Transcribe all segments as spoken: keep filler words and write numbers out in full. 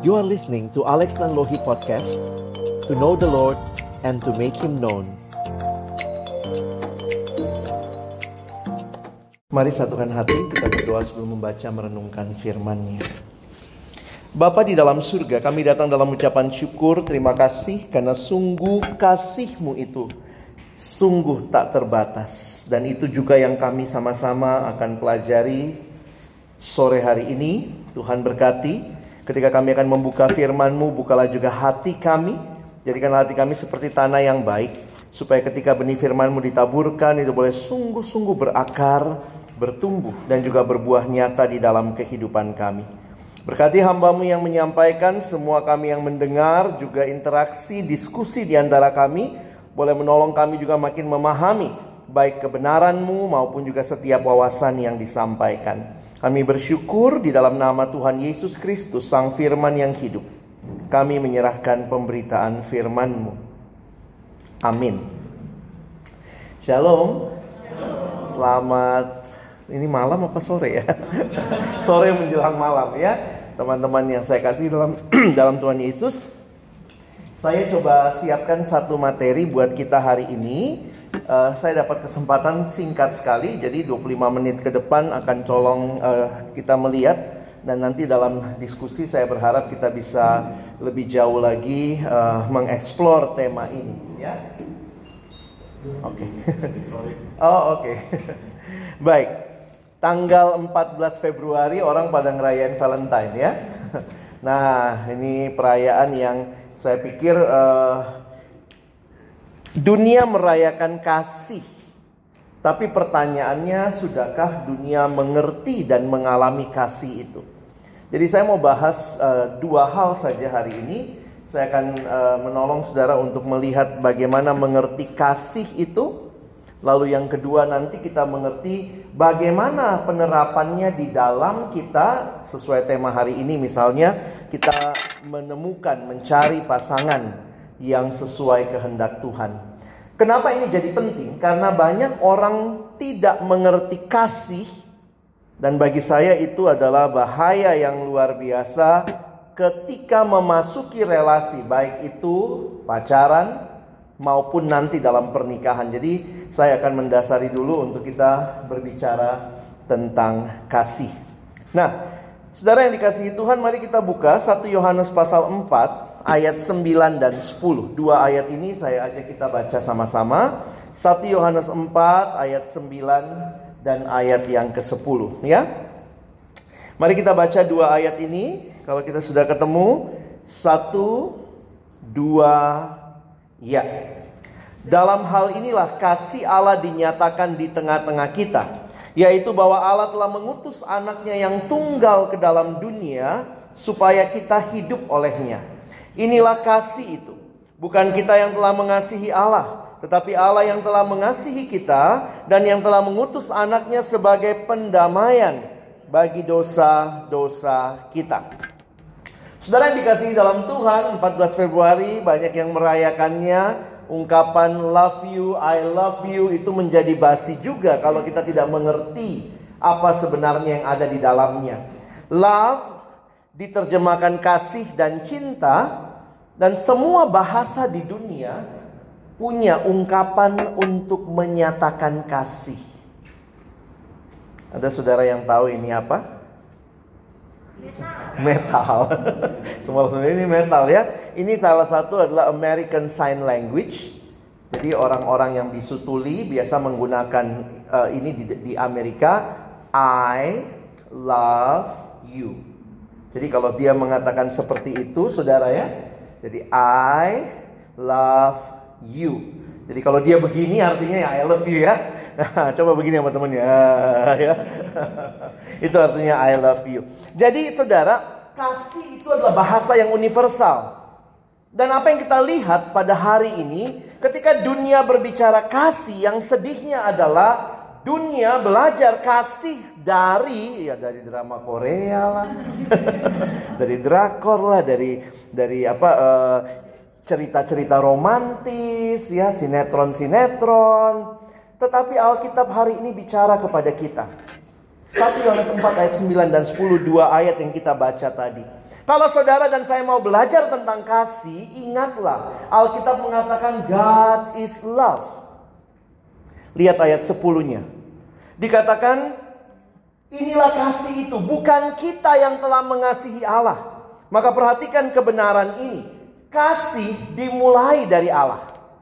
You are listening to Alex Nanlohi Podcast, to know the Lord and to make Him known. Mari satukan hati, kita berdoa sebelum membaca merenungkan firman-Nya. Bapa di dalam surga, kami datang dalam ucapan syukur, terima kasih karena sungguh kasih-Mu itu sungguh tak terbatas. Dan itu juga yang kami sama-sama akan pelajari sore hari ini. Tuhan berkati. Ketika kami akan membuka firman-Mu, bukalah juga hati kami. Jadikanlah hati kami seperti tanah yang baik, supaya ketika benih firman-Mu ditaburkan, itu boleh sungguh-sungguh berakar, bertumbuh, dan juga berbuah nyata di dalam kehidupan kami. Berkati hamba-Mu yang menyampaikan, semua kami yang mendengar, juga interaksi, diskusi di antara kami, boleh menolong kami juga makin memahami, baik kebenaran-Mu maupun juga setiap wawasan yang disampaikan. Kami bersyukur di dalam nama Tuhan Yesus Kristus, Sang Firman yang hidup. Kami menyerahkan pemberitaan firman-Mu. Amin. Shalom. Selamat, ini malam apa sore ya? Sore menjelang malam ya. Teman-teman yang saya kasih dalam dalam Tuhan Yesus. Saya coba siapkan satu materi buat kita hari ini. Uh, saya dapat kesempatan singkat sekali, jadi dua puluh lima menit ke depan akan colong uh, kita melihat. Dan nanti dalam diskusi saya berharap kita bisa lebih jauh lagi uh, mengeksplor tema ini, ya. Oke. Okay. Oh, oke. Okay. Baik. Tanggal empat belas Februari orang pada ngerayain Valentine, ya. Nah, ini perayaan yang saya pikir uh, dunia merayakan kasih. Tapi pertanyaannya, sudahkah dunia mengerti dan mengalami kasih itu? Jadi saya mau bahas uh, dua hal saja hari ini. Saya akan uh, menolong saudara untuk melihat bagaimana mengerti kasih itu. Lalu yang kedua nanti kita mengerti bagaimana penerapannya di dalam kita. Sesuai tema hari ini misalnya, kita menemukan, mencari pasangan yang sesuai kehendak Tuhan. Kenapa ini jadi penting? Karena banyak orang tidak mengerti kasih. Dan bagi saya itu adalah bahaya yang luar biasa ketika memasuki relasi, baik itu pacaran maupun nanti dalam pernikahan. Jadi saya akan mendasari dulu untuk kita berbicara tentang kasih. Nah, saudara yang dikasihi Tuhan, mari kita buka satu Yohanes pasal empat ayat sembilan dan sepuluh. Dua ayat ini saya ajak kita baca sama-sama. satu Yohanes empat ayat sembilan dan ayat yang kesepuluh, ya. Mari kita baca dua ayat ini. Kalau kita sudah ketemu, satu, dua, ya. Dalam hal inilah kasih Allah dinyatakan di tengah-tengah kita, yaitu bahwa Allah telah mengutus anaknya yang tunggal ke dalam dunia supaya kita hidup olehnya. Inilah kasih itu. Bukan kita yang telah mengasihi Allah, tetapi Allah yang telah mengasihi kita dan yang telah mengutus anaknya sebagai pendamaian bagi dosa-dosa kita. Saudara yang dikasihi dalam Tuhan, empat belas Februari banyak yang merayakannya. Ungkapan love you, I love you itu menjadi basi juga kalau kita tidak mengerti apa sebenarnya yang ada di dalamnya. Love diterjemahkan kasih dan cinta, dan semua bahasa di dunia punya ungkapan untuk menyatakan kasih. Ada saudara yang tahu ini apa? Metal. Metal. Semua sebenarnya ini metal, ya. Ini salah satu adalah American Sign Language. Jadi orang-orang yang bisu tuli biasa menggunakan uh, ini di, di Amerika. I love you. Jadi kalau dia mengatakan seperti itu, saudara, ya. Jadi I love you. Jadi kalau dia begini artinya ya I love you, ya. Nah, coba begini sama temannya, ya. Itu artinya I love you. Jadi saudara, kasih itu adalah bahasa yang universal. Dan apa yang kita lihat pada hari ini, ketika dunia berbicara kasih, yang sedihnya adalah dunia belajar kasih dari ya dari drama Korea lah, dari drakor lah, dari dari apa uh, cerita-cerita romantis, ya, sinetron-sinetron. Tetapi Alkitab hari ini bicara kepada kita. satu Yohanes empat ayat sembilan dan sepuluh, dua ayat yang kita baca tadi. Kalau saudara dan saya mau belajar tentang kasih, ingatlah Alkitab mengatakan God is love. Lihat ayat sepuluh-nya. Dikatakan, inilah kasih itu, bukan kita yang telah mengasihi Allah. Maka perhatikan kebenaran ini. Kasih dimulai dari Allah.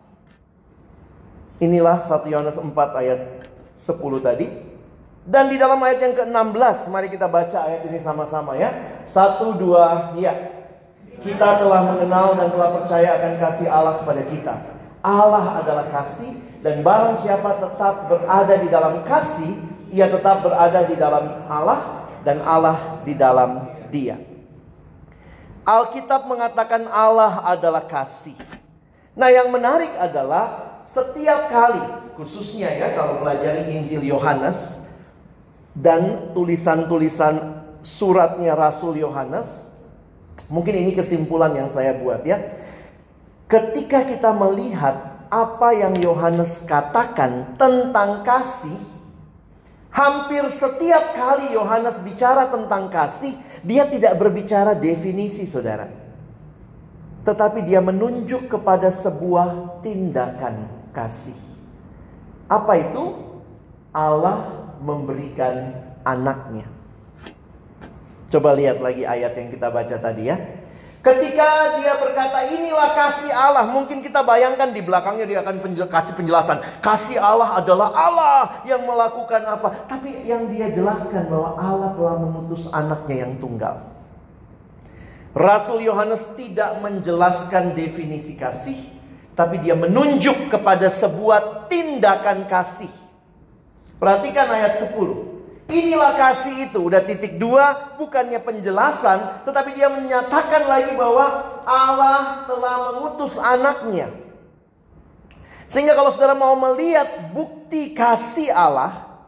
Inilah satu Yohanes empat ayat sepuluh tadi. Dan di dalam ayat yang ke enam belas, mari kita baca ayat ini sama-sama ya. Satu, dua, ya. Kita telah mengenal dan telah percaya akan kasih Allah kepada kita. Allah adalah kasih, dan barang siapa tetap berada di dalam kasih, ia tetap berada di dalam Allah, dan Allah di dalam dia. Alkitab mengatakan Allah adalah kasih. Nah, yang menarik adalah setiap kali, khususnya ya kalau pelajari Injil Yohanes dan tulisan-tulisan suratnya Rasul Yohanes, mungkin ini kesimpulan yang saya buat ya. Ketika kita melihat apa yang Yohanes katakan tentang kasih, hampir setiap kali Yohanes bicara tentang kasih, dia tidak berbicara definisi, saudara. Tetapi dia menunjuk kepada sebuah tindakan kasih. Apa itu? Allah memberikan anaknya. Coba lihat lagi ayat yang kita baca tadi ya. Ketika dia berkata inilah kasih Allah, mungkin kita bayangkan di belakangnya dia akan penjel- kasih penjelasan. Kasih Allah adalah Allah yang melakukan apa. Tapi yang dia jelaskan bahwa Allah telah mengutus anaknya yang tunggal. Rasul Yohanes tidak menjelaskan definisi kasih, tapi dia menunjuk kepada sebuah tindakan kasih. Perhatikan ayat sepuluh. Inilah kasih itu. Udah titik dua, bukannya penjelasan, tetapi dia menyatakan lagi bahwa Allah telah mengutus anaknya. Sehingga kalau saudara mau melihat bukti kasih Allah,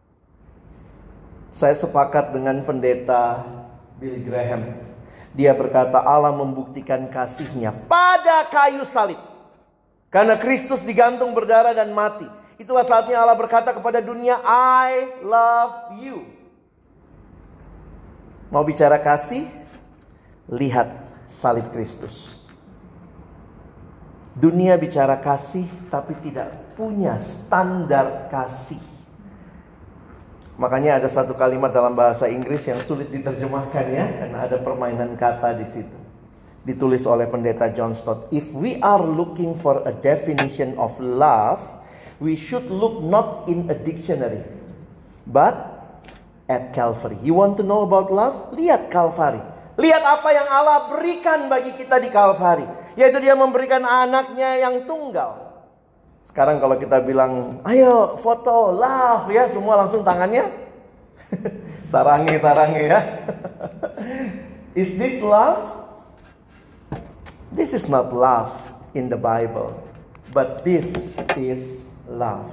saya sepakat dengan pendeta Billy Graham. Dia berkata Allah membuktikan kasihnya pada kayu salib. Karena Kristus digantung berdarah dan mati. Itulah saatnya Allah berkata kepada dunia, I love you. Mau bicara kasih? Lihat salib Kristus. Dunia bicara kasih, tapi tidak punya standar kasih. Makanya ada satu kalimat dalam bahasa Inggris yang sulit diterjemahkan ya, karena ada permainan kata di situ. Ditulis oleh pendeta John Stott. If we are looking for a definition of love, we should look not in a dictionary, but at Calvary. You want to know about love? Lihat Calvary. Lihat apa yang Allah berikan bagi kita di Calvary. Yaitu dia memberikan anaknya yang tunggal. Sekarang kalau kita bilang, ayo foto love ya, semua langsung tangannya sarangi, sarangi ya. Is this love? This is not love in the Bible, but this is love.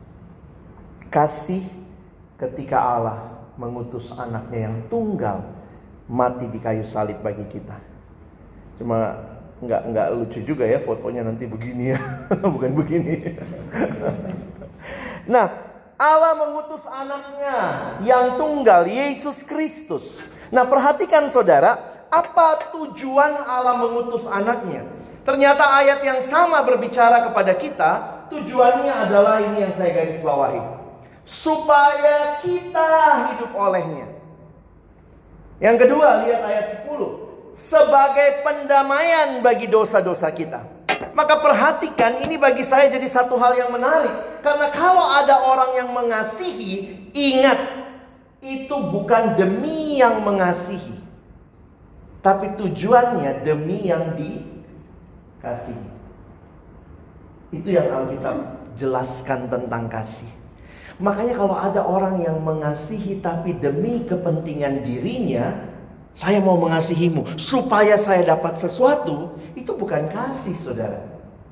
Kasih ketika Allah mengutus anaknya yang tunggal mati di kayu salib bagi kita. Cuma nggak nggak lucu juga ya fotonya nanti begini ya, bukan begini. Nah, Allah mengutus anaknya yang tunggal, Yesus Kristus. Nah, perhatikan saudara, apa tujuan Allah mengutus anaknya? Ternyata ayat yang sama berbicara kepada kita. Tujuannya adalah ini yang saya garis bawahi, supaya kita hidup olehnya. Yang kedua, lihat ayat sepuluh. Sebagai pendamaian bagi dosa-dosa kita. Maka perhatikan, ini bagi saya jadi satu hal yang menarik. Karena kalau ada orang yang mengasihi, ingat, itu bukan demi yang mengasihi, tapi tujuannya demi yang dikasihi. Itu yang Alkitab jelaskan tentang kasih. Makanya kalau ada orang yang mengasihi tapi demi kepentingan dirinya, saya mau mengasihimu supaya saya dapat sesuatu, itu bukan kasih, saudara.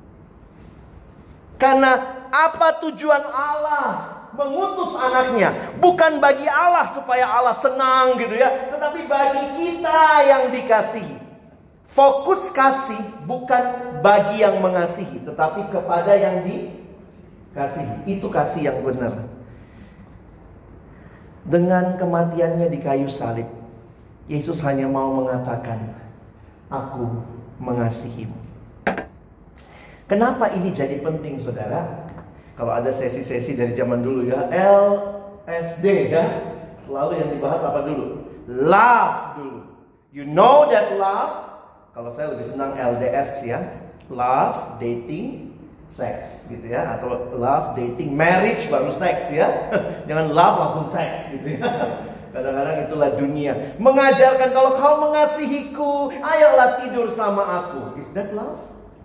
Karena apa tujuan Allah mengutus anaknya? Bukan bagi Allah supaya Allah senang gitu ya, tetapi bagi kita yang dikasihi. Fokus kasih bukan bagi yang mengasihi, tetapi kepada yang dikasihi. Itu kasih yang benar. Dengan kematiannya di kayu salib, Yesus hanya mau mengatakan, aku mengasihimu. Kenapa ini jadi penting, saudara? Kalau ada sesi-sesi dari zaman dulu ya, L S D ya, selalu yang dibahas apa dulu? Love dulu. You know that love? Kalau saya lebih senang L D S ya, love, dating, sex gitu ya, atau love, dating, marriage baru seks ya. Jangan love langsung seks gitu ya. Kadang-kadang itulah dunia. Mengajarkan kalau kau mengasihiku, ayolah tidur sama aku. Is that love?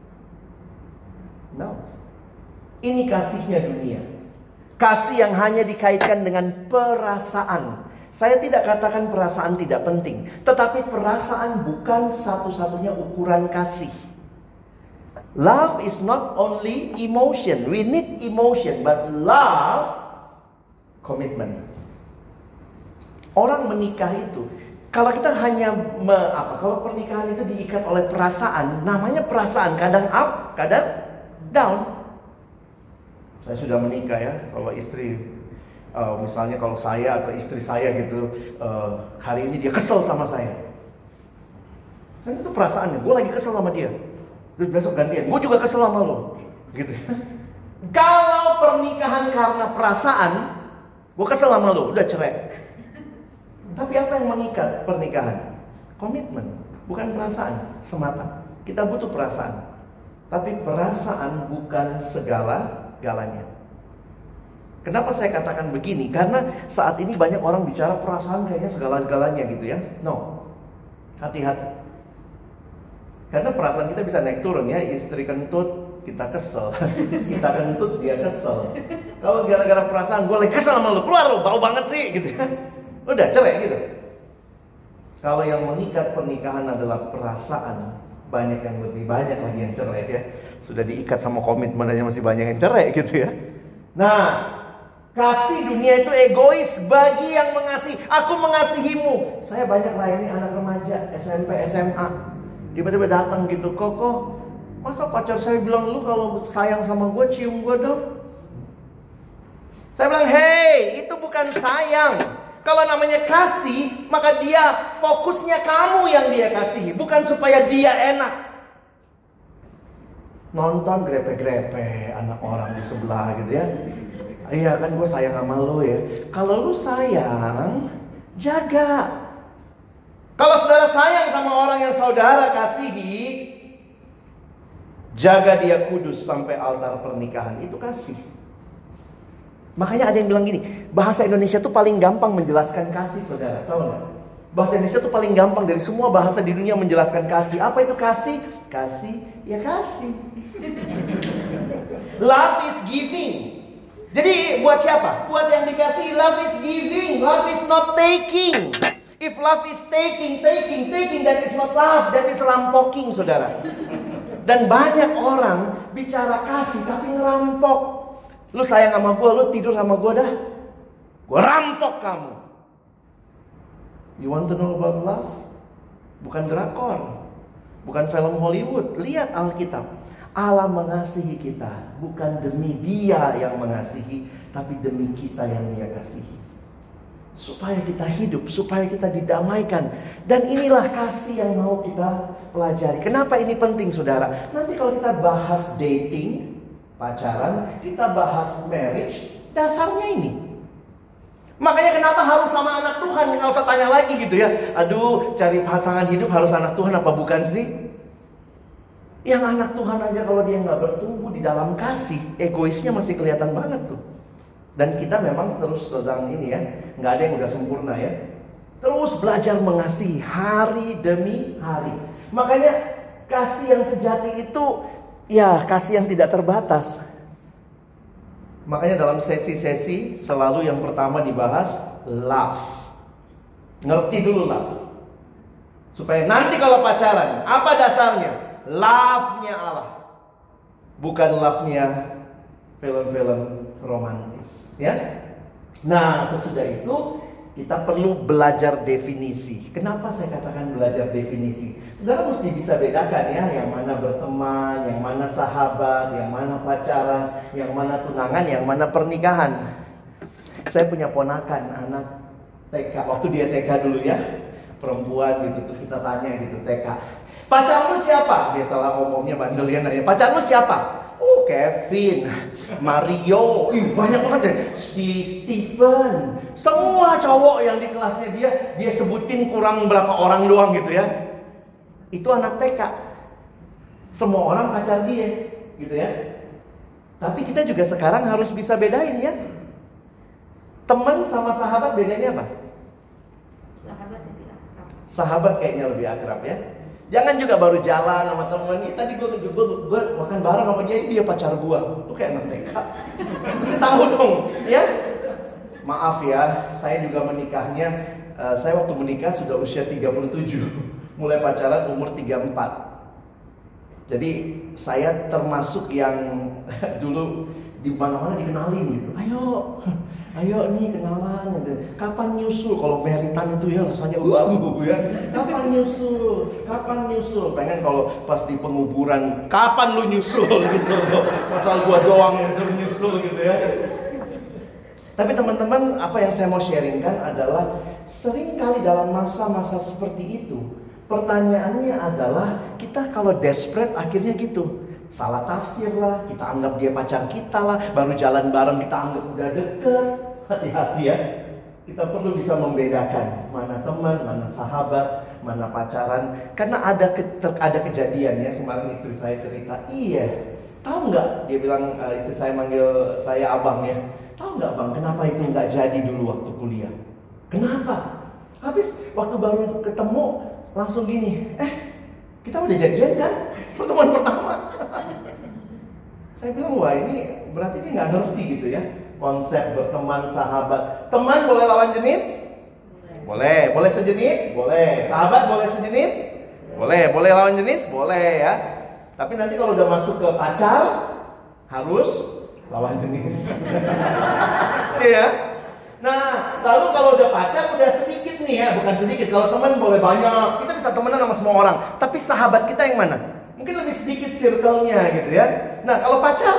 No. Ini kasihnya dunia. Kasih yang hanya dikaitkan dengan perasaan. Saya tidak katakan perasaan tidak penting, tetapi perasaan bukan satu-satunya ukuran kasih. Love is not only emotion. We need emotion, but love, commitment. Orang menikah itu, kalau kita hanya me, apa? Kalau pernikahan itu diikat oleh perasaan, namanya perasaan kadang up, kadang down. Saya sudah menikah ya, kalau istri, uh, misalnya kalau saya atau istri saya gitu, uh, hari ini dia kesel sama saya. Kan itu perasaannya, gue lagi kesel sama dia. Terus besok gantian, gue juga kesel sama lo, gitu. Kalau pernikahan karena perasaan, gue kesel sama lo, udah cerai. Tapi apa yang mengikat pernikahan? Komitmen, bukan perasaan semata. Kita butuh perasaan, tapi perasaan bukan segala-galanya. Kenapa saya katakan begini? Karena saat ini banyak orang bicara perasaan kayaknya segala-galanya gitu ya. No, hati-hati. Karena perasaan kita bisa naik turun ya. Istri kentut, kita kesel. Kita kentut, dia kesel. Kalau gara-gara perasaan, gue lagi kesel sama lu, keluar lu, bau banget sih gitu ya. Udah cerai gitu. Kalau yang mengikat pernikahan adalah perasaan, banyak yang lebih banyak lagi yang cerai ya. Sudah diikat sama komitmen aja masih banyak yang cerai gitu ya. Nah, kasih dunia itu egois bagi yang mengasihi. Aku mengasihimu. Saya banyak layani anak remaja S M P, S M A. Tiba-tiba datang gitu, Koko, masa pacar saya bilang lu kalau sayang sama gue cium gue dong. Saya bilang, hei, itu bukan sayang. Kalau namanya kasih, maka dia fokusnya kamu yang dia kasihi, bukan supaya dia enak. Nonton grepe-grepe anak orang di sebelah gitu ya. Iya kan gue sayang sama lo ya. Kalau lu sayang, jaga. Kalau saudara sayang sama orang yang saudara kasihi, jaga dia kudus sampai altar pernikahan. Itu kasih. Makanya ada yang bilang gini, bahasa Indonesia tuh paling gampang menjelaskan kasih, saudara. Tahu nggak? Bahasa Indonesia tuh paling gampang dari semua bahasa di dunia menjelaskan kasih. Apa itu kasih? Kasih, ya kasih. Love is giving. Jadi buat siapa? Buat yang dikasih. Love is giving. Love is not taking. If love is taking, taking, taking, that is not love. That is rampoking, saudara. Dan banyak orang bicara kasih tapi ngerampok. Lu sayang sama gue, lu tidur sama gue dah, gue rampok kamu. You want to know about love? Bukan drakor, bukan film Hollywood. Lihat Alkitab. Allah mengasihi kita bukan demi dia yang mengasihi, tapi demi kita yang dia kasihi. Supaya kita hidup, supaya kita didamaikan. Dan inilah kasih yang mau kita pelajari. Kenapa ini penting, saudara? Nanti kalau kita bahas dating, pacaran, kita bahas marriage, dasarnya ini. Makanya kenapa harus sama anak Tuhan? Nggak usah tanya lagi gitu ya. Aduh, cari pasangan hidup harus anak Tuhan apa bukan sih? Yang anak Tuhan aja kalau dia nggak bertumbuh di dalam kasih, egoisnya masih kelihatan banget tuh. Dan kita memang terus sedang ini ya, nggak ada yang udah sempurna ya. Terus belajar mengasihi hari demi hari. Makanya kasih yang sejati itu ya kasih yang tidak terbatas. Makanya dalam sesi-sesi selalu yang pertama dibahas love. Ngerti dulu love. Supaya nanti kalau pacaran, apa dasarnya? Love-nya Allah. Bukan love-nya film-film romantis, ya. Nah, sesudah itu kita perlu belajar definisi. Kenapa saya katakan belajar definisi? Saudara mesti bisa bedakan ya, yang mana berteman, yang mana sahabat, yang mana pacaran, yang mana tunangan, yang mana pernikahan. Saya punya ponakan anak T K, waktu dia T K dulu ya. perempuan gitu, terus kita tanya gitu T K, pacar lu siapa? Biasalah omongnya bandel ya nanya, pacar lu siapa? Oh Kevin, Mario, ih banyak banget ya, si Steven, semua cowok yang di kelasnya dia, dia sebutin kurang berapa orang doang gitu ya. Itu anak T K, semua orang pacar dia gitu ya. Tapi kita juga sekarang harus bisa bedain ya, teman sama sahabat bedanya apa? Sahabat lebih akrab. Sahabat kayaknya lebih akrab ya. Jangan juga baru jalan sama temen, ini tadi gue, gue, gue, gue makan bareng sama dia, dia pacar gue. Itu kayak anak T K. Mesti tahu dong, ya. Maaf ya, saya juga menikahnya, uh, saya waktu menikah sudah usia tiga puluh tujuh. Mulai pacaran umur tiga puluh empat. Jadi saya termasuk yang dulu di mana-mana dikenalin gitu. Ayo, ayo nih kenalan gitu. Kapan nyusul? Kalau meritan itu ya rasanya wah ya. Kapan nyusul? Kapan nyusul? Pengen kalau pas di penguburan, kapan lu nyusul gitu loh. Pasal gua doang yang suruh nyusul gitu ya. Tapi teman-teman, apa yang saya mau sharingkan adalah seringkali dalam masa-masa seperti itu, pertanyaannya adalah kita kalau desperate akhirnya gitu. Salah tafsir lah, kita anggap dia pacar kita lah, baru jalan bareng kita anggap udah deket. Hati-hati ya, kita perlu bisa membedakan mana teman, mana sahabat, mana pacaran. Karena ada ke, ter, ada kejadian ya, kemarin istri saya cerita, iya, tahu nggak? Dia bilang, uh, istri saya manggil saya abang ya, tahu nggak bang, kenapa itu nggak jadi dulu waktu kuliah? Kenapa? Habis waktu baru ketemu langsung gini, eh kita udah jadian kan? Pertemuan pertama. Saya bilang, wah ini berarti dia nggak ngerti gitu ya konsep berteman, sahabat. Teman boleh lawan jenis? Boleh. Boleh sejenis? Boleh. Sahabat boleh sejenis? Boleh. Boleh lawan jenis? Boleh ya. Tapi nanti kalau udah masuk ke pacar harus lawan jenis. Iya. Nah, lalu kalau udah pacar udah sedikit nih ya, bukan sedikit. Kalau teman boleh banyak, kita bisa temenan sama semua orang. Tapi sahabat kita yang mana? Mungkin lebih sedikit circle-nya gitu ya. Nah, kalau pacar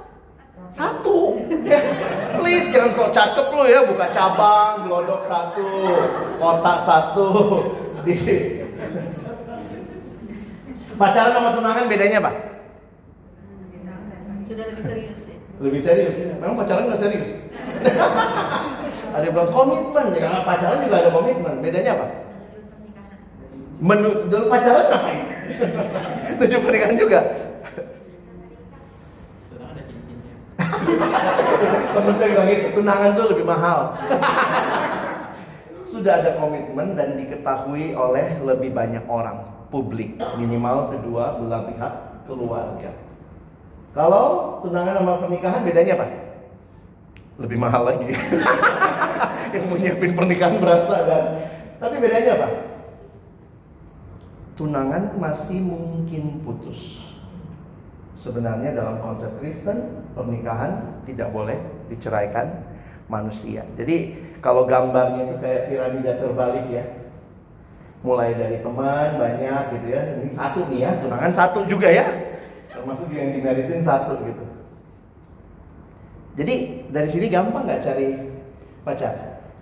satu, ya. Please jangan sok cakep lu ya, buka cabang, gelodok satu, kotak satu. Di pacaran sama tunangan bedanya apa? Sudah lebih serius ya. Lebih serius. Memang pacaran nggak serius? Ada yang bilang komitmen, ya pacaran juga ada komitmen. Bedanya apa? Menurut dulu pacaran ngapain? Tujuh pernikahan juga. Temen saya bilang gitu, tunangan tuh lebih mahal. Sudah ada komitmen dan diketahui oleh lebih banyak orang, publik, minimal kedua belah pihak keluarga. Kalau tunangan sama pernikahan bedanya apa? Lebih mahal lagi. Yang mau nyiapin pernikahan berasa kan. Tapi bedanya apa? Tunangan masih mungkin putus. Sebenarnya dalam konsep Kristen, pernikahan tidak boleh diceraikan manusia. Jadi kalau gambarnya itu kayak piramida terbalik ya. Mulai dari teman banyak gitu ya. Ini satu nih ya, tunangan satu juga ya. Termasuk yang dimeritin satu gitu. Jadi dari sini gampang nggak cari pacar?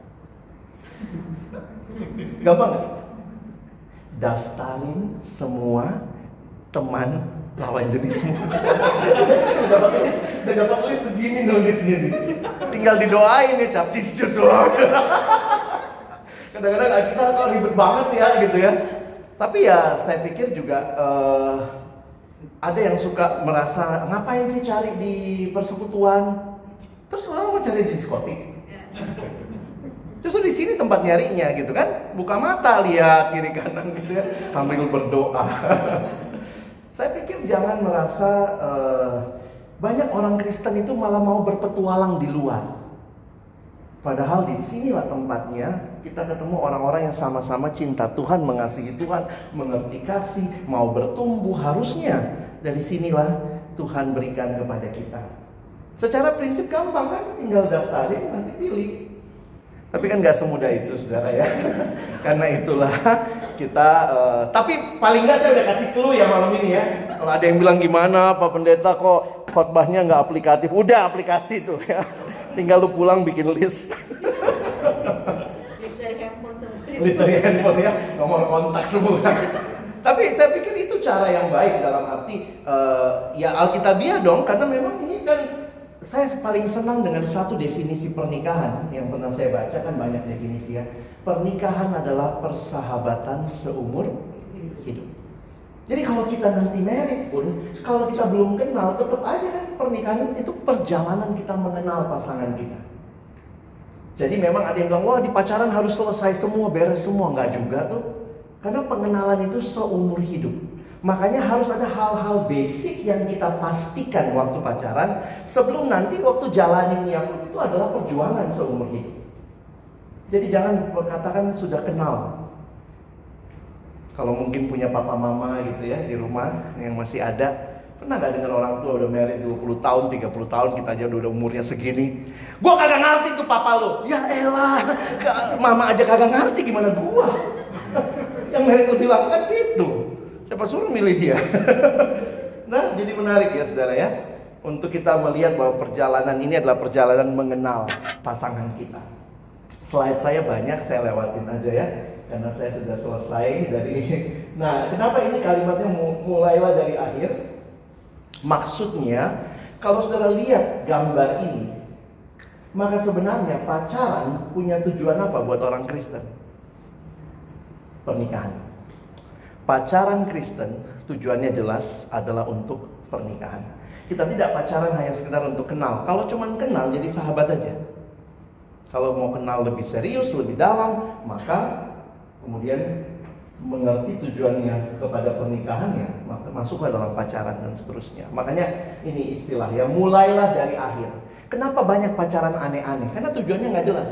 Gampang nggak? Daftarin semua teman lawan jenismu. Udah dapat list, udah dapat list segini nulis gini. Tinggal didoain ya, capcis cus doang. Kadang-kadang kita kok ribet banget ya gitu ya. Tapi ya saya pikir juga uh, ada yang suka merasa ngapain sih cari di persekutuan? Terus orang mau cari di diskotik. Justru di sini tempat nyarinya gitu kan. Buka mata lihat kiri kanan gitu ya sambil berdoa. Saya pikir jangan merasa uh, banyak orang Kristen itu malah mau berpetualang di luar. Padahal di sinilah tempatnya kita ketemu orang-orang yang sama-sama cinta Tuhan, mengasihi Tuhan, mengerti kasih, mau bertumbuh. Harusnya dari sinilah Tuhan berikan kepada kita. Secara prinsip gampang kan, tinggal daftarin nanti pilih. Tapi kan gak semudah itu saudara ya. Karena itulah kita uh, tapi paling gak saya udah kasih clue ya malam ini ya. Kalau ada yang bilang gimana Pak Pendeta kok khotbahnya gak aplikatif. Udah aplikasi tuh ya. Tinggal lu pulang bikin list. List dari handphone. handphone semua. List dari handphone ya, nomor kontak semua. Tapi saya pikir itu cara yang baik dalam arti uh, ya Alkitabiah dong, karena memang ini kan saya paling senang dengan satu definisi pernikahan yang pernah saya baca, kan banyak definisi ya. Pernikahan adalah persahabatan seumur hidup. Jadi kalau kita nanti married pun, kalau kita belum kenal, tetap aja kan pernikahan itu perjalanan kita mengenal pasangan kita. Jadi memang ada yang bilang, wah di pacaran harus selesai semua, beres semua. Enggak juga tuh. Karena pengenalan itu seumur hidup. Makanya harus ada hal-hal basic yang kita pastikan waktu pacaran, sebelum nanti waktu jalaninnya pun itu adalah perjuangan seumur hidup. Jadi jangan katakan sudah kenal. Kalau mungkin punya papa mama gitu ya di rumah yang masih ada, pernah gak dengar orang tua udah married dua puluh tahun, tiga puluh tahun, kita aja udah umurnya segini, gua kagak ngerti tuh papa lo. Ya elah, mama aja kagak ngerti, gimana gua? Yang married lebih lama kan situ. Siapa suruh milih dia? Nah, jadi menarik ya saudara ya, untuk kita melihat bahwa perjalanan ini adalah perjalanan mengenal pasangan kita. Slide saya banyak, saya lewatin aja ya, karena saya sudah selesai dari. Nah, kenapa ini kalimatnya mulailah dari akhir? Maksudnya, kalau saudara lihat gambar ini, maka sebenarnya pacaran punya tujuan apa buat orang Kristen? Pernikahan. Pacaran Kristen tujuannya jelas adalah untuk pernikahan. Kita tidak pacaran hanya sekedar untuk kenal. Kalau cuma kenal jadi sahabat aja. Kalau mau kenal lebih serius, lebih dalam, maka kemudian mengerti tujuannya kepada pernikahannya, maka masuklah dalam pacaran dan seterusnya. Makanya ini istilah ya, mulailah dari akhir. Kenapa banyak pacaran aneh-aneh? Karena tujuannya nggak jelas.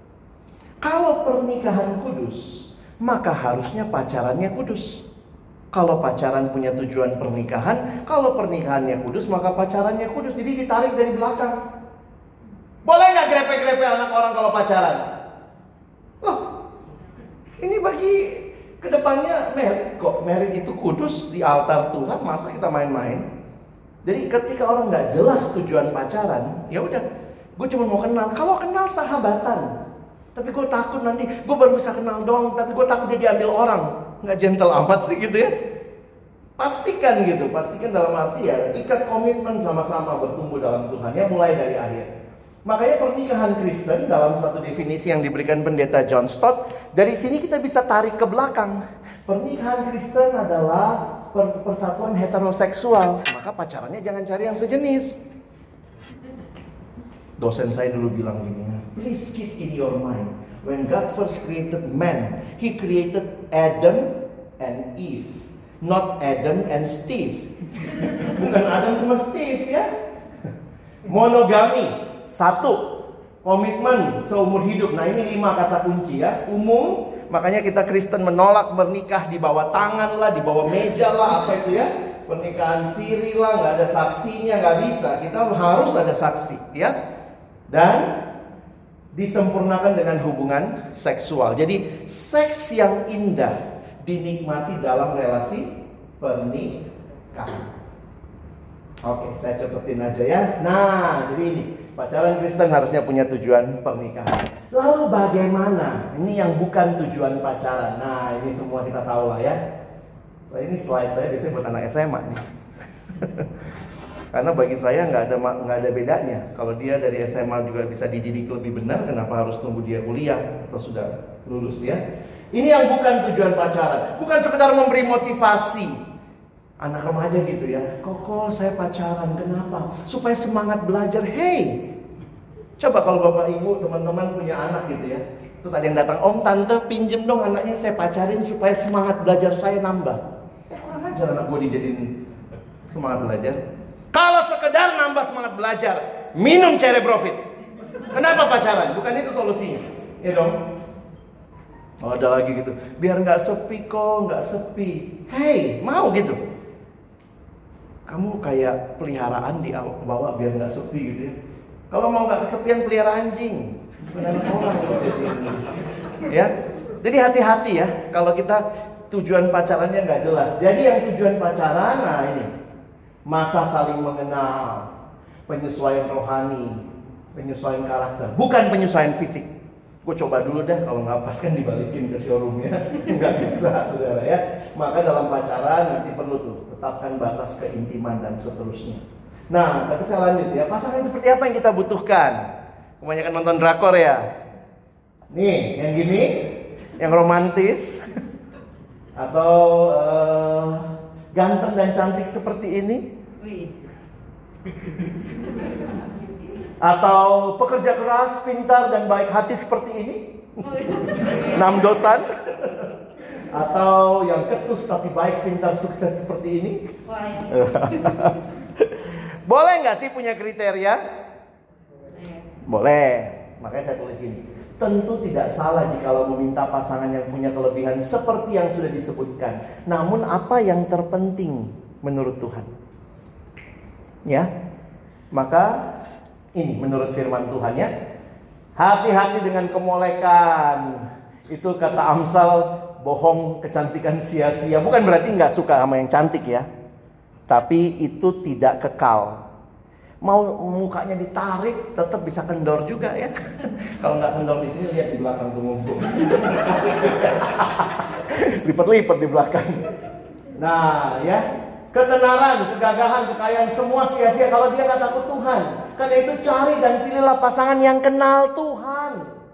Kalau pernikahan kudus, maka harusnya pacarannya kudus. Kalau pacaran punya tujuan pernikahan, kalau pernikahannya kudus, maka pacarannya kudus. Jadi ditarik dari belakang. Boleh nggak grepe-grepe anak orang kalau pacaran? Loh, ini bagi kedepannya merit kok. Merit itu kudus di altar Tuhan, masa kita main-main? Jadi ketika orang nggak jelas tujuan pacaran, ya udah, gue cuma mau kenal. Kalau kenal sahabatan, tapi gue takut nanti gue baru bisa kenal doang, tapi gue takut dia diambil orang. Nggak gentle amat sih gitu ya. Pastikan gitu, pastikan dalam arti ya ikat komitmen sama-sama bertumbuh dalam Tuhan ya, mulai dari akhir. Makanya pernikahan Kristen dalam satu definisi yang diberikan pendeta John Stott, dari sini kita bisa tarik ke belakang. Pernikahan Kristen adalah persatuan heteroseksual, maka pacarannya jangan cari yang sejenis. Dosen saya dulu bilang gini, please keep in your mind, when God first created man, He created Adam and Eve, not Adam and Steve. Bukan Adam sama Steve ya. Monogami, satu, komitmen seumur hidup. Nah ini lima kata kunci ya, umum. Makanya kita Kristen menolak menikah di bawah tangan lah, di bawah meja lah, apa itu ya, pernikahan siri lah, nggak ada saksinya, nggak bisa. Kita harus ada saksi ya. Dan disempurnakan dengan hubungan seksual. Jadi seks yang indah dinikmati dalam relasi pernikahan. Oke, saya cepetin aja ya. Nah, jadi ini pacaran Kristen harusnya punya tujuan pernikahan. Lalu bagaimana? Ini yang bukan tujuan pacaran. Nah, ini semua kita tahu lah ya. So, ini slide saya biasanya buat anak S M A nih. Karena bagi saya nggak ada nggak ada bedanya. Kalau dia dari S M A juga bisa dididik lebih benar, kenapa harus tunggu dia kuliah atau sudah lulus ya? Ini yang bukan tujuan pacaran. Bukan sekedar memberi motivasi anak remaja gitu ya. Koko saya pacaran, kenapa? Supaya semangat belajar. Hey, coba kalau bapak ibu teman-teman punya anak gitu ya. Terus ada yang datang, om tante pinjem dong anaknya saya pacarin supaya semangat belajar saya nambah. Eh kurang ajar anak gue dijadiin semangat belajar. Kalau sekedar nambah semangat belajar, minum Cerebrofit. Kenapa pacaran? Bukan itu solusinya. Ya dong. Oh, ada lagi gitu. Biar nggak sepi kok, nggak sepi. Hey, mau gitu? Kamu kayak peliharaan di bawah biar nggak sepi gitu ya. Kalau mau nggak kesepian pelihara anjing. Bukan anak orang. Ya. Jadi hati-hati ya. Kalau kita tujuan pacarannya nggak jelas. Jadi yang tujuan pacaran, nah ini. Masa saling mengenal, penyesuaian rohani, penyesuaian karakter, bukan penyesuaian fisik. Gue coba dulu deh, kalau nggak pas kan dibalikin ke showroomnya. Nggak bisa, saudara ya. Maka dalam pacaran nanti perlu tuh tetapkan batas keintiman dan seterusnya. Nah, tapi saya lanjut ya. Pasangan seperti apa yang kita butuhkan? Kebanyakan nonton drakor ya. Nih, yang gini, yang romantis, atau uh, ganteng dan cantik seperti ini, Wih. atau pekerja keras, pintar dan baik hati seperti ini, enam dosan, atau yang ketus tapi baik, pintar, sukses seperti ini. Wah, ya. Boleh nggak sih punya kriteria? Boleh. Makanya saya tulis gini. Tentu tidak salah jikalau meminta pasangan yang punya kelebihan seperti yang sudah disebutkan. Namun apa yang terpenting menurut Tuhan? Ya. Maka ini menurut firman Tuhan ya. Hati-hati dengan kemolekan. Itu kata Amsal, bohong kecantikan sia-sia. Bukan berarti nggak suka sama yang cantik ya. Tapi itu tidak kekal. Mau mukanya ditarik, tetap bisa kendor juga ya. Kalau nggak kendor di sini, lihat di belakang tuh ngumpul. Lipat-lipat di belakang. Nah ya, ketenaran, kegagahan, kekayaan semua sia-sia kalau dia nggak takut Tuhan. Karena itu cari dan pilihlah pasangan yang kenal Tuhan.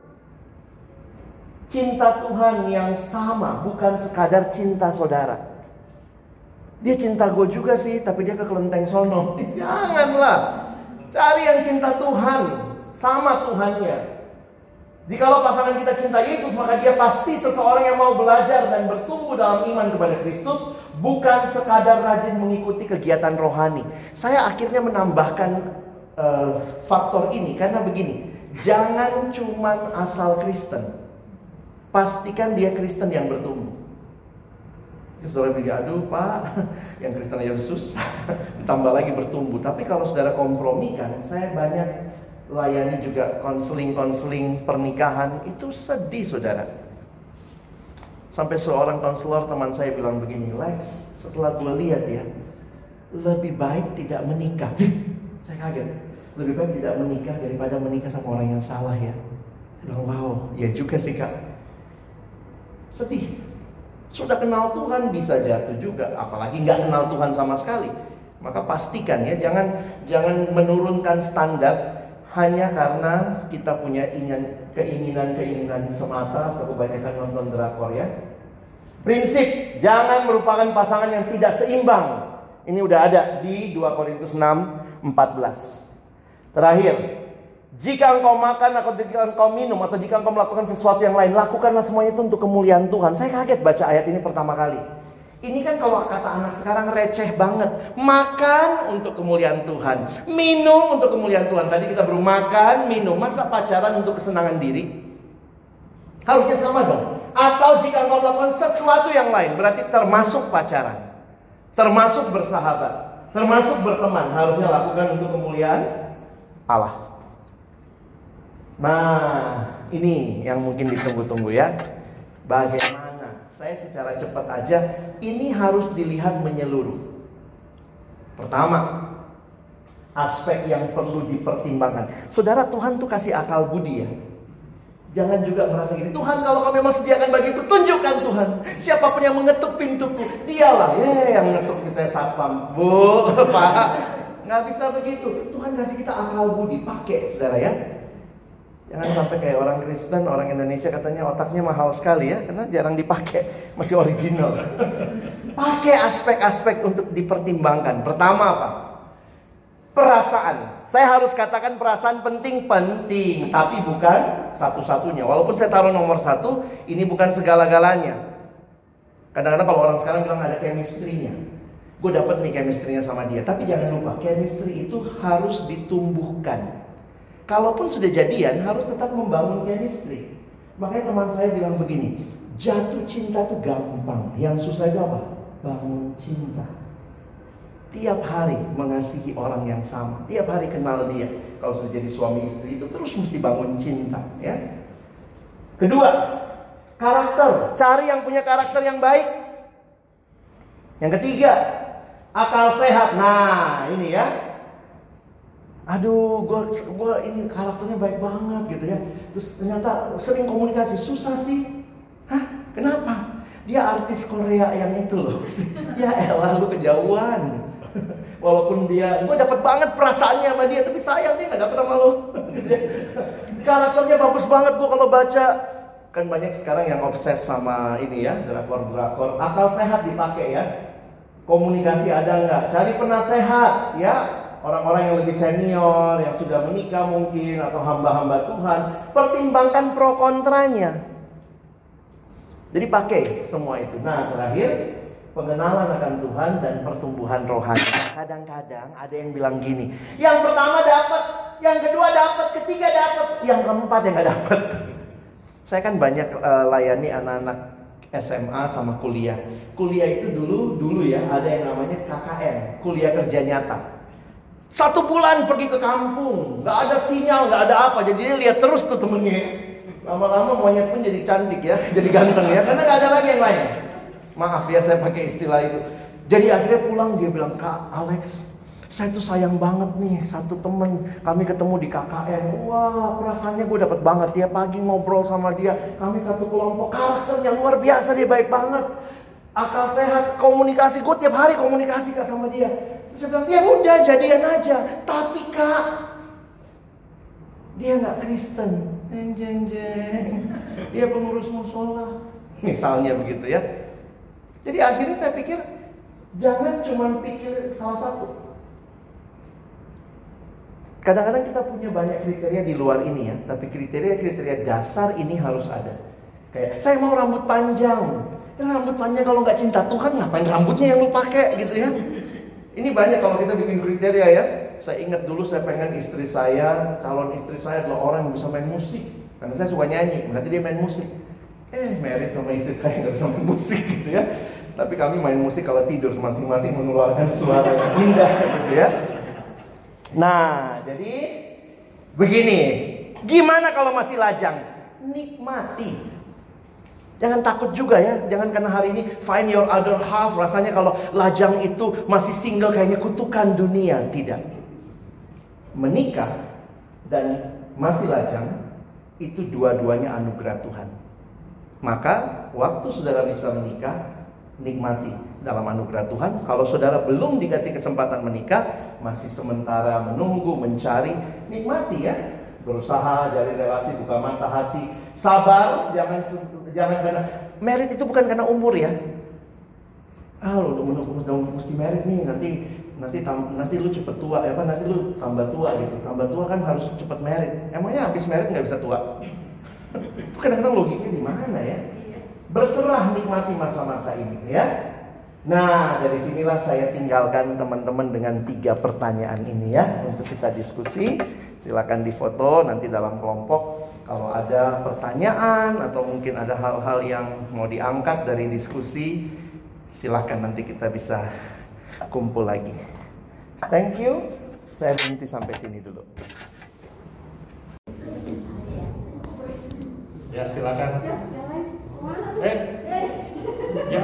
Cinta Tuhan yang sama, bukan sekadar cinta saudara. Dia cinta gue juga sih, tapi dia ke kelenteng sono. Janganlah. Cari yang cinta Tuhan, sama Tuhannya. Jikalau pasangan kita cinta Yesus, maka dia pasti seseorang yang mau belajar dan bertumbuh dalam iman kepada Kristus, bukan sekadar rajin mengikuti kegiatan rohani. Saya akhirnya menambahkan uh, faktor ini karena begini. Jangan cuman asal Kristen. Pastikan dia Kristen yang bertumbuh. Saudara bilang, aduh Pak, yang Kristen aja susah, ditambah lagi bertumbuh. Tapi kalau saudara kompromi kan, saya banyak layani juga konseling-konseling pernikahan, itu sedih saudara. Sampai seorang konselor teman saya bilang begini, Lex, setelah gue lihat ya, lebih baik tidak menikah. Saya kaget, lebih baik tidak menikah daripada menikah sama orang yang salah ya. Saya bilang, wow, ya juga sih Kak. Sedih. Sudah kenal Tuhan bisa jatuh juga, apalagi nggak kenal Tuhan sama sekali. Maka pastikan ya, jangan jangan menurunkan standar hanya karena kita punya ingin keinginan-keinginan semata atau kebanyakan nonton drakor ya. Prinsip, jangan merupakan pasangan yang tidak seimbang. Ini udah ada di dua Korintus enam empat belas. Terakhir, jika engkau makan atau jika engkau minum atau jika engkau melakukan sesuatu yang lain, lakukanlah semuanya itu untuk kemuliaan Tuhan. Saya kaget baca ayat ini pertama kali. Ini kan kalau kata anak sekarang receh banget. Makan untuk kemuliaan Tuhan, minum untuk kemuliaan Tuhan. Tadi kita baru makan, minum. Masa pacaran untuk kesenangan diri? Harusnya sama dong. Atau jika engkau melakukan sesuatu yang lain, berarti termasuk pacaran, termasuk bersahabat, termasuk berteman. Harusnya lakukan untuk kemuliaan Allah. Nah, ini yang mungkin ditunggu-tunggu ya. Bagaimana? Saya secara cepat aja, ini harus dilihat menyeluruh. Pertama, aspek yang perlu dipertimbangkan. Saudara, Tuhan tuh kasih akal budi ya. Jangan juga merasa gini, Tuhan kalau kau memang sediakan bagiku, tunjukkan Tuhan. Siapapun yang mengetuk pintuku, dialah ya yang mengetuk. Misalnya satpam, Bu, Pak. Nggak bisa begitu. Tuhan kasih kita akal budi, pakai saudara ya. Jangan sampai kayak orang Kristen, orang Indonesia katanya otaknya mahal sekali ya, karena jarang dipakai, masih original. Pakai aspek-aspek untuk dipertimbangkan. Pertama apa? Perasaan. Saya harus katakan perasaan penting-penting, tapi bukan satu-satunya. Walaupun saya taruh nomor satu, ini bukan segala-galanya. Kadang-kadang kalau orang sekarang bilang ada chemistry-nya. Gue dapet nih chemistry-nya sama dia. Tapi jangan lupa, chemistry itu harus ditumbuhkan. Kalaupun sudah jadian, harus tetap membangun chemistry. Makanya teman saya bilang begini, jatuh cinta itu gampang, yang susah itu apa? Bangun cinta. Tiap hari mengasihi orang yang sama, tiap hari kenal dia. Kalau sudah jadi suami istri itu terus mesti bangun cinta ya. Kedua, karakter. Cari yang punya karakter yang baik. Yang ketiga, akal sehat. Nah ini ya, Aduh, gua gua ini karakternya baik banget gitu ya. Terus ternyata sering komunikasi, susah sih. Hah? Kenapa? Dia artis Korea yang itu loh. Ya elah, lu kejauhan. Walaupun dia, gue dapat banget perasaannya sama dia, tapi sayang dia nggak dapet sama lo. Karakternya bagus banget gue kalau baca. Kan banyak sekarang yang obses sama ini ya, drakor-drakor. Akal sehat dipakai ya. Komunikasi ada nggak? Cari penasehat ya. Orang-orang yang lebih senior, yang sudah menikah mungkin, atau hamba-hamba Tuhan, pertimbangkan pro kontranya. Jadi pakai semua itu. Nah, terakhir, pengenalan akan Tuhan dan pertumbuhan rohani. Kadang-kadang ada yang bilang gini, yang pertama dapat, yang kedua dapat, ketiga dapat, yang keempat yang nggak dapat. Saya kan banyak uh, layani anak-anak S M A sama kuliah. Kuliah itu dulu, dulu ya, ada yang namanya K K N, kuliah kerja nyata. Satu bulan pergi ke kampung, nggak ada sinyal, nggak ada apa, jadi dia lihat terus tuh temennya. Lama-lama monyet pun jadi cantik ya, jadi ganteng ya, karena nggak ada lagi yang lain. Maaf ya saya pakai istilah itu. Jadi akhirnya pulang dia bilang, Kak Alex, saya tuh sayang banget nih, satu temen kami ketemu di K K N. Wah, perasaannya gue dapet banget, tiap pagi ngobrol sama dia. Kami satu kelompok, karakternya luar biasa, dia baik banget. Akal sehat, komunikasi, gue tiap hari komunikasi Kak sama dia. Terus dia bilang, ya udah jadian aja. Tapi Kak, dia gak Kristen. Jeng jeng jeng. Dia pengurus musola. Misalnya begitu ya. Jadi akhirnya saya pikir, jangan cuma pikir salah satu. Kadang-kadang kita punya banyak kriteria di luar ini ya, tapi kriteria-kriteria dasar ini harus ada. Kayak, saya mau rambut panjang. Ya, rambut panjang kalau nggak cinta Tuhan, ngapain rambutnya yang lu pakai gitu ya? Ini banyak kalau kita bikin kriteria ya. Saya ingat dulu saya pengen istri saya, calon istri saya adalah orang yang bisa main musik. Karena saya suka nyanyi, berarti dia main musik. Eh, married sama istri saya nggak bisa main musik gitu ya. Tapi kami main musik kalau tidur masing-masing mengeluarkan suara yang indah gitu ya. Nah, jadi begini. Gimana kalau masih lajang? Nikmati. Jangan takut juga ya. Jangan karena hari ini find your other half. Rasanya kalau lajang itu masih single kayaknya kutukan dunia. Tidak. Menikah dan masih lajang itu dua-duanya anugerah Tuhan. Maka waktu saudara bisa menikah, nikmati dalam anugerah Tuhan. Kalau saudara belum dikasih kesempatan menikah, masih sementara menunggu, mencari, nikmati ya. Berusaha cari relasi, buka mata hati, sabar, jangan jangan karena merit itu bukan karena umur ya. Ah, lu udah mesti merit nih, nanti nanti tam, nanti lu cepet tua, ya apa nanti lu tambah tua gitu. Tambah tua kan harus cepet merit. Emangnya habis merit nggak bisa tua? Itu kadang-kadang logiknya di mana ya? Berserah, nikmati masa-masa ini ya. Nah, dari sinilah saya tinggalkan teman-teman dengan tiga pertanyaan ini ya, untuk kita diskusi. Silakan difoto nanti dalam kelompok. Kalau ada pertanyaan atau mungkin ada hal-hal yang mau diangkat dari diskusi, silakan nanti kita bisa kumpul lagi. Thank you. Saya berhenti sampai sini dulu. Ya, silakan. Eh, ya,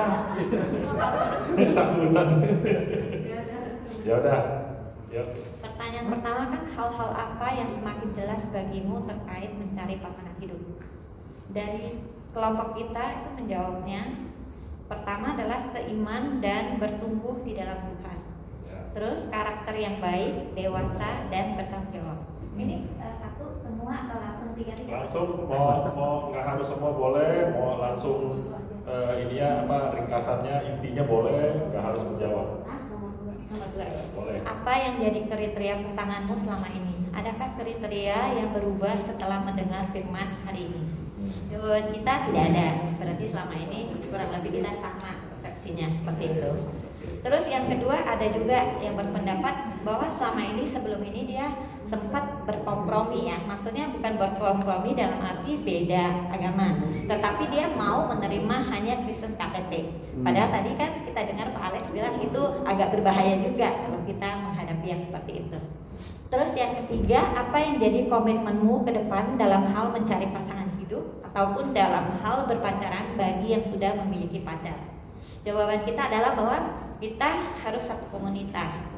takutan. Ya udah, yuk. Pertanyaan pertama kan, hal-hal apa yang semakin jelas bagimu terkait mencari pasangan hidup? Dari kelompok kita itu menjawabnya, pertama adalah seiman dan bertumbuh di dalam Tuhan. Terus karakter yang baik, dewasa dan bertanggung jawab. Ini uh, satu semua atau langsung tiga tiga? Langsung mau mau nggak harus semua boleh, mau langsung uh, ini ya apa ringkasannya intinya boleh, nggak harus menjawab. Ah, nomor dua, nomor dua ya. Boleh. Apa yang jadi kriteria pasanganmu selama ini? Adakah kriteria yang berubah setelah mendengar firman hari ini? Jawaban kita tidak ada. Berarti selama ini kurang lebih kita sama persepsinya seperti itu. Terus yang kedua, ada juga yang berpendapat bahwa selama ini sebelum ini dia sempat berkompromi ya. Maksudnya bukan berkompromi dalam arti beda agama, tetapi dia mau menerima hanya Kristen K T P. Padahal tadi kan kita dengar Pak Alex bilang itu agak berbahaya juga kalau kita menghadapi yang seperti itu. Terus yang ketiga, apa yang jadi komitmenmu ke depan dalam hal mencari pasangan hidup ataupun dalam hal berpacaran bagi yang sudah memiliki pacar? Jawaban kita adalah bahwa kita harus satu komunitas.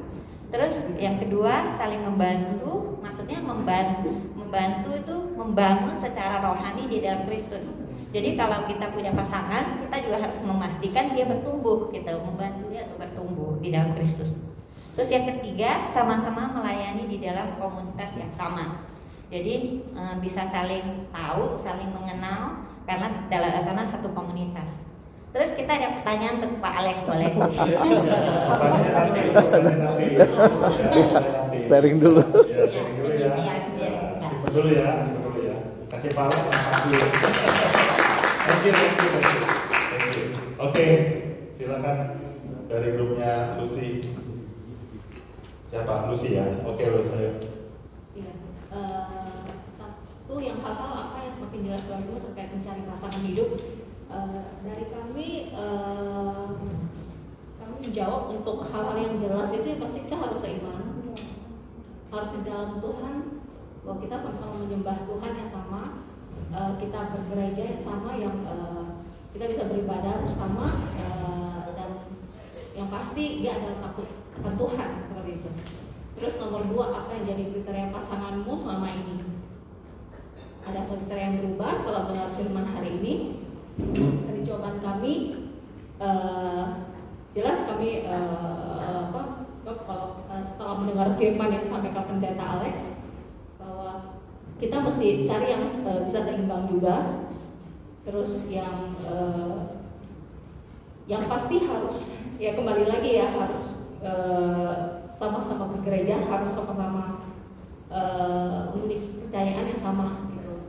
Terus yang kedua saling membantu, maksudnya membantu, membantu itu membangun secara rohani di dalam Kristus. Jadi kalau kita punya pasangan, kita juga harus memastikan dia bertumbuh, gitu, membantu dia untuk bertumbuh di dalam Kristus. Terus yang ketiga, sama-sama melayani di dalam komunitas yang sama. Jadi e, bisa saling tahu, saling mengenal karena dalam karena satu komunitas. Terus kita ada pertanyaan untuk Pak Alex, boleh? Pertanyaan nanti, pertanyaan nanti. Sharing dulu. Ya, sharing dulu ya. Simpen dulu ya, simpen dulu ya. Kasih Pak Alex, nafas dulu. Thank you, thank you, thank you. Thank you. Oke, silakan dari grupnya Lucy. Siapa? Lucy ya? Oke, Lucy saya. Iya. Uh, satu yang hal-hal apa yang semakin jelas baru terkait mencari pasangan hidup. Uh, dari kami, uh, kami menjawab untuk hal-hal yang jelas itu pasti kita harus seiman, harus di dalam Tuhan, bahwa kita sama-sama menyembah Tuhan yang sama, uh, kita bergereja yang sama, yang uh, kita bisa beribadah bersama, uh, dan yang pasti dia adalah takut akan Tuhan, seperti itu. Terus nomor dua, apa yang jadi kriteria pasanganmu selama ini? Ada kriteria yang berubah setelah mendengar firman hari ini? Dari jawaban kami, uh, jelas kami uh, apa, kalau uh, setelah mendengar firman yang disampaikan pendeta Alex, bahwa kita mesti cari yang uh, bisa seimbang juga. Terus yang uh, yang pasti harus, ya kembali lagi ya, harus uh, sama-sama bergereja, harus sama-sama uh, memiliki kepercayaan yang sama.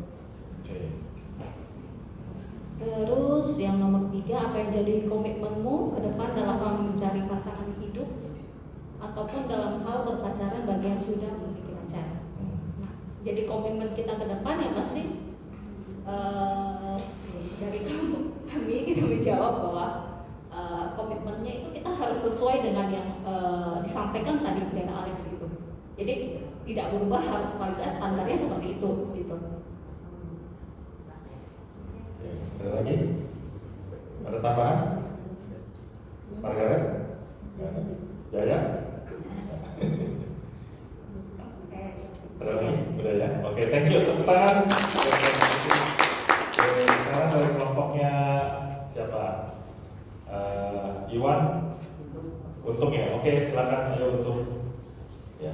Terus yang nomor tiga, apa yang jadi komitmenmu ke depan dalam hal mencari pasangan hidup ataupun dalam hal berpacaran bagi yang sudah memiliki pacar. Nah, jadi komitmen kita ke depan yang pasti uh, dari kamu, kami kita menjawab bahwa uh, komitmennya itu kita harus sesuai dengan yang uh, disampaikan tadi dari Alex itu. Jadi tidak berubah, harus kualitas standarnya seperti itu, gitu. Ada lagi? Ada tambahan? Margaret? Jaya? Ada lagi? Udah ya? Oke, thank you. Tepuk tangan. Oke, sekarang dari kelompoknya siapa? Uh, Iwan? Untung ya? Oke, silakan. Ayo Untung. Ya.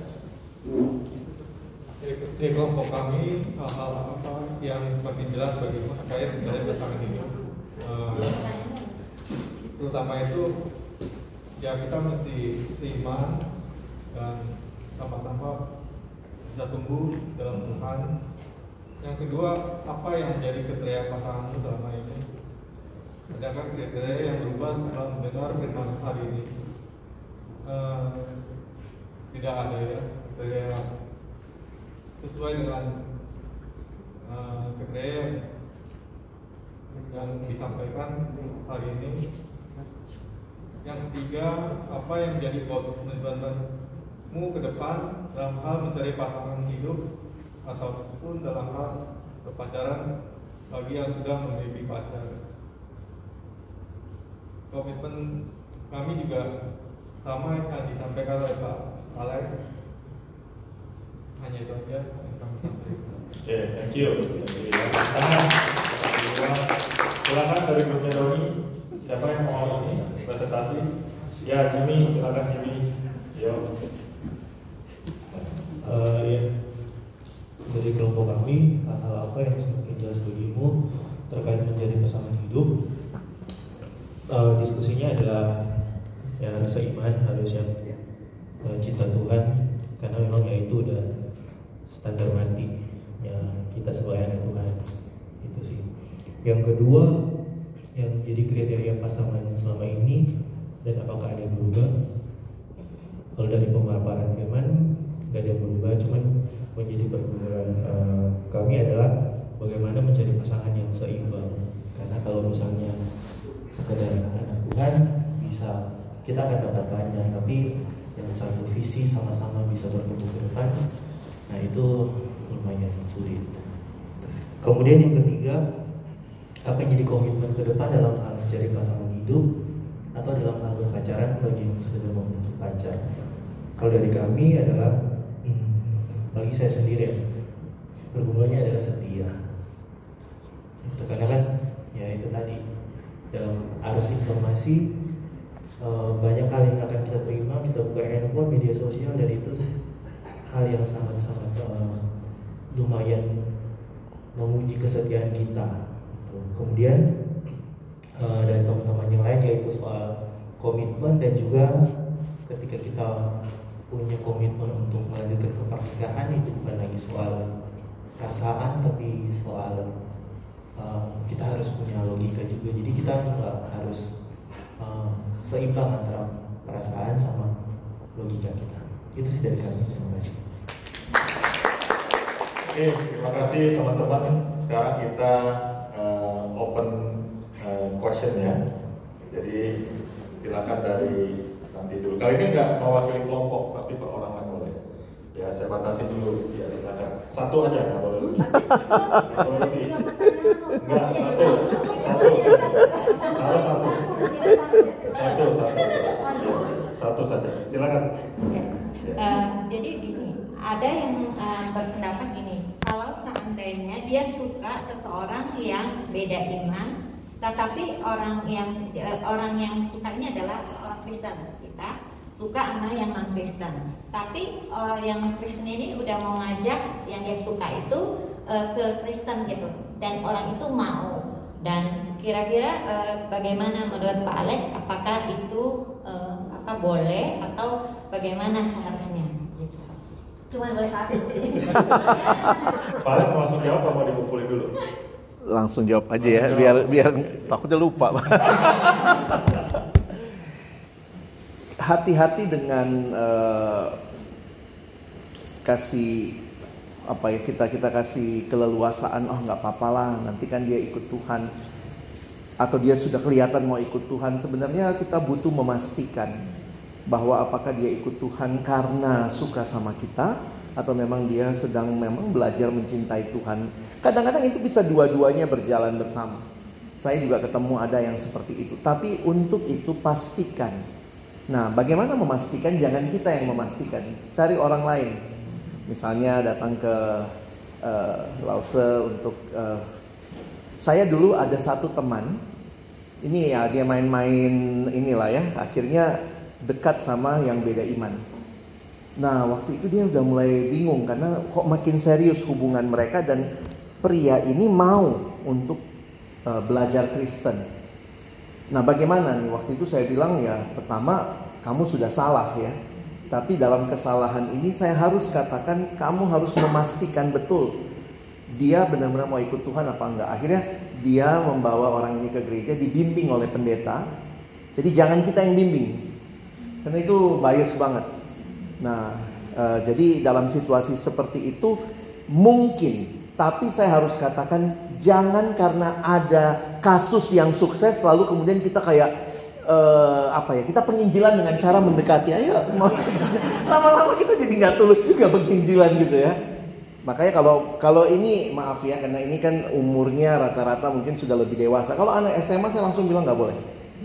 Di kelompok kami hal-hal apa yang semakin jelas bagi terkait mencari pasangan hidup, uh, terutama itu ya kita mesti seiman dan sama-sama bisa tumbuh dalam Tuhan. Yang kedua, apa yang menjadi kriteria pasanganmu selama ini? Adakah kriteria yang berubah setelah mendengar firman hari ini? Uh, tidak ada ya kriteria sesuai dengan uh, kriteria yang disampaikan hari ini. Yang ketiga, apa yang menjadi komitmenmu ke depan dalam hal mencari pasangan hidup ataupun dalam hal berpacaran bagi yang sudah memiliki pacar. Komitmen kami juga sama yang disampaikan oleh Pak Alex. Hanya itu aja yang kami sampaikan. Oke, thank you. Silakan dari grupnya Doni. Siapa yang mau ini presentasi? Ya, Jimmy, silakan Jimmy. Yo. Uh, ya. Dari kelompok kami, hal-hal apa yang semakin jelas bagimu terkait menjadi pasangan hidup? Uh, diskusinya adalah ya harus seiman, harus yang uh, cinta Tuhan, karena memang ya itu udah standar mati ya, kita selayani Tuhan. Itu sih. Yang kedua, yang jadi kriteria pasangan selama ini dan apakah ada yang berubah? Kalau dari pemaparan firman gak ada yang berubah, cuman menjadi pergumulan uh, kami adalah bagaimana mencari pasangan yang seimbang. Karena kalau misalnya sekedar anak Tuhan bisa, kita akan dapat banyak, tapi yang satu visi sama-sama bisa bertumbuh ke depan, nah itu lumayan sulit. Kemudian yang ketiga, apa yang jadi komitmen ke depan dalam hal mencari pasangan hidup atau dalam hal berpacaran bagi yang sudah memiliki pacar. Kalau dari kami adalah, hmm, bagi saya sendiri ya, pergumulannya adalah setia. Itu karena kan, ya itu tadi dalam arus informasi eh, banyak hal yang akan kita terima, kita buka handphone, media sosial, dan itu hal yang sangat-sangat eh, lumayan menguji kesetiaan kita. Kemudian uh, dari teman-teman yang lain yaitu soal komitmen, dan juga ketika kita punya komitmen untuk melanjutkan ke pernikahan, itu bukan lagi soal perasaan tapi soal uh, kita harus punya logika juga. Jadi kita nggak harus uh, seimbang antara perasaan sama logika kita. Itu sih dari kami. Terima kasih. Oke, terima kasih teman-teman. Sekarang kita uh, open uh, question ya. Jadi silakan dari Santi dulu. Kali ini nggak mewakili kelompok, tapi perorangan boleh. Ya, saya batasi dulu. Ya, silakan. Satu aja, nggak boleh lebih. Nggak boleh lebih. Nggak, satu. Satu. Harus satu. Satu, satu. Satu saja. Silakan. Oke. Uh, jadi gini, ada yang uh, berpendapat gini, kalau seandainya dia suka seseorang yang beda iman, tetapi orang yang uh, orang yang suka ini adalah orang Kristen, kita suka sama yang non Kristen, tapi uh, yang Kristen ini udah mau ngajak yang dia suka itu uh, ke Kristen gitu, dan orang itu mau. Dan kira-kira uh, bagaimana menurut Pak Alex, apakah itu uh, apa boleh atau bagaimana seharusnya? Gitu. Cuma boleh satu sih. Pak Alex mau langsung jawab, mau dikumpulin dulu? Langsung jawab aja ya, biar biar takutnya lupa. Hati-hati dengan uh, kasih apa ya, kita kita kasih keleluasaan, oh nggak apa-apa lah, nanti kan dia ikut Tuhan, atau dia sudah kelihatan mau ikut Tuhan. Sebenarnya kita butuh memastikan bahwa apakah dia ikut Tuhan karena suka sama kita, atau memang dia sedang memang belajar mencintai Tuhan. Kadang-kadang itu bisa dua-duanya berjalan bersama. Saya juga ketemu ada yang seperti itu. Tapi untuk itu pastikan. Nah, bagaimana memastikan? Jangan kita yang memastikan, cari orang lain. Misalnya datang ke uh, Lause untuk uh, saya dulu ada satu teman, ini ya dia main-main inilah ya, akhirnya dekat sama yang beda iman. Nah waktu itu dia udah mulai bingung karena kok makin serius hubungan mereka, dan pria ini mau untuk uh, belajar Kristen. Nah bagaimana nih? Waktu itu saya bilang ya, pertama kamu sudah salah ya. Tapi dalam kesalahan ini saya harus katakan kamu harus memastikan betul dia benar-benar mau ikut Tuhan apa enggak. Akhirnya dia membawa orang ini ke gereja, dibimbing oleh pendeta. Jadi jangan kita yang bimbing, karena itu bias banget. Nah uh, jadi dalam situasi seperti itu mungkin, tapi saya harus katakan jangan karena ada kasus yang sukses lalu kemudian kita kayak Uh, apa ya, kita penginjilan dengan cara mendekati. Ayo, lama-lama kita jadi nggak tulus juga penginjilan gitu ya. Makanya kalau kalau ini maaf ya, karena ini kan umurnya rata-rata mungkin sudah lebih dewasa. Kalau anak S M A saya langsung bilang nggak boleh.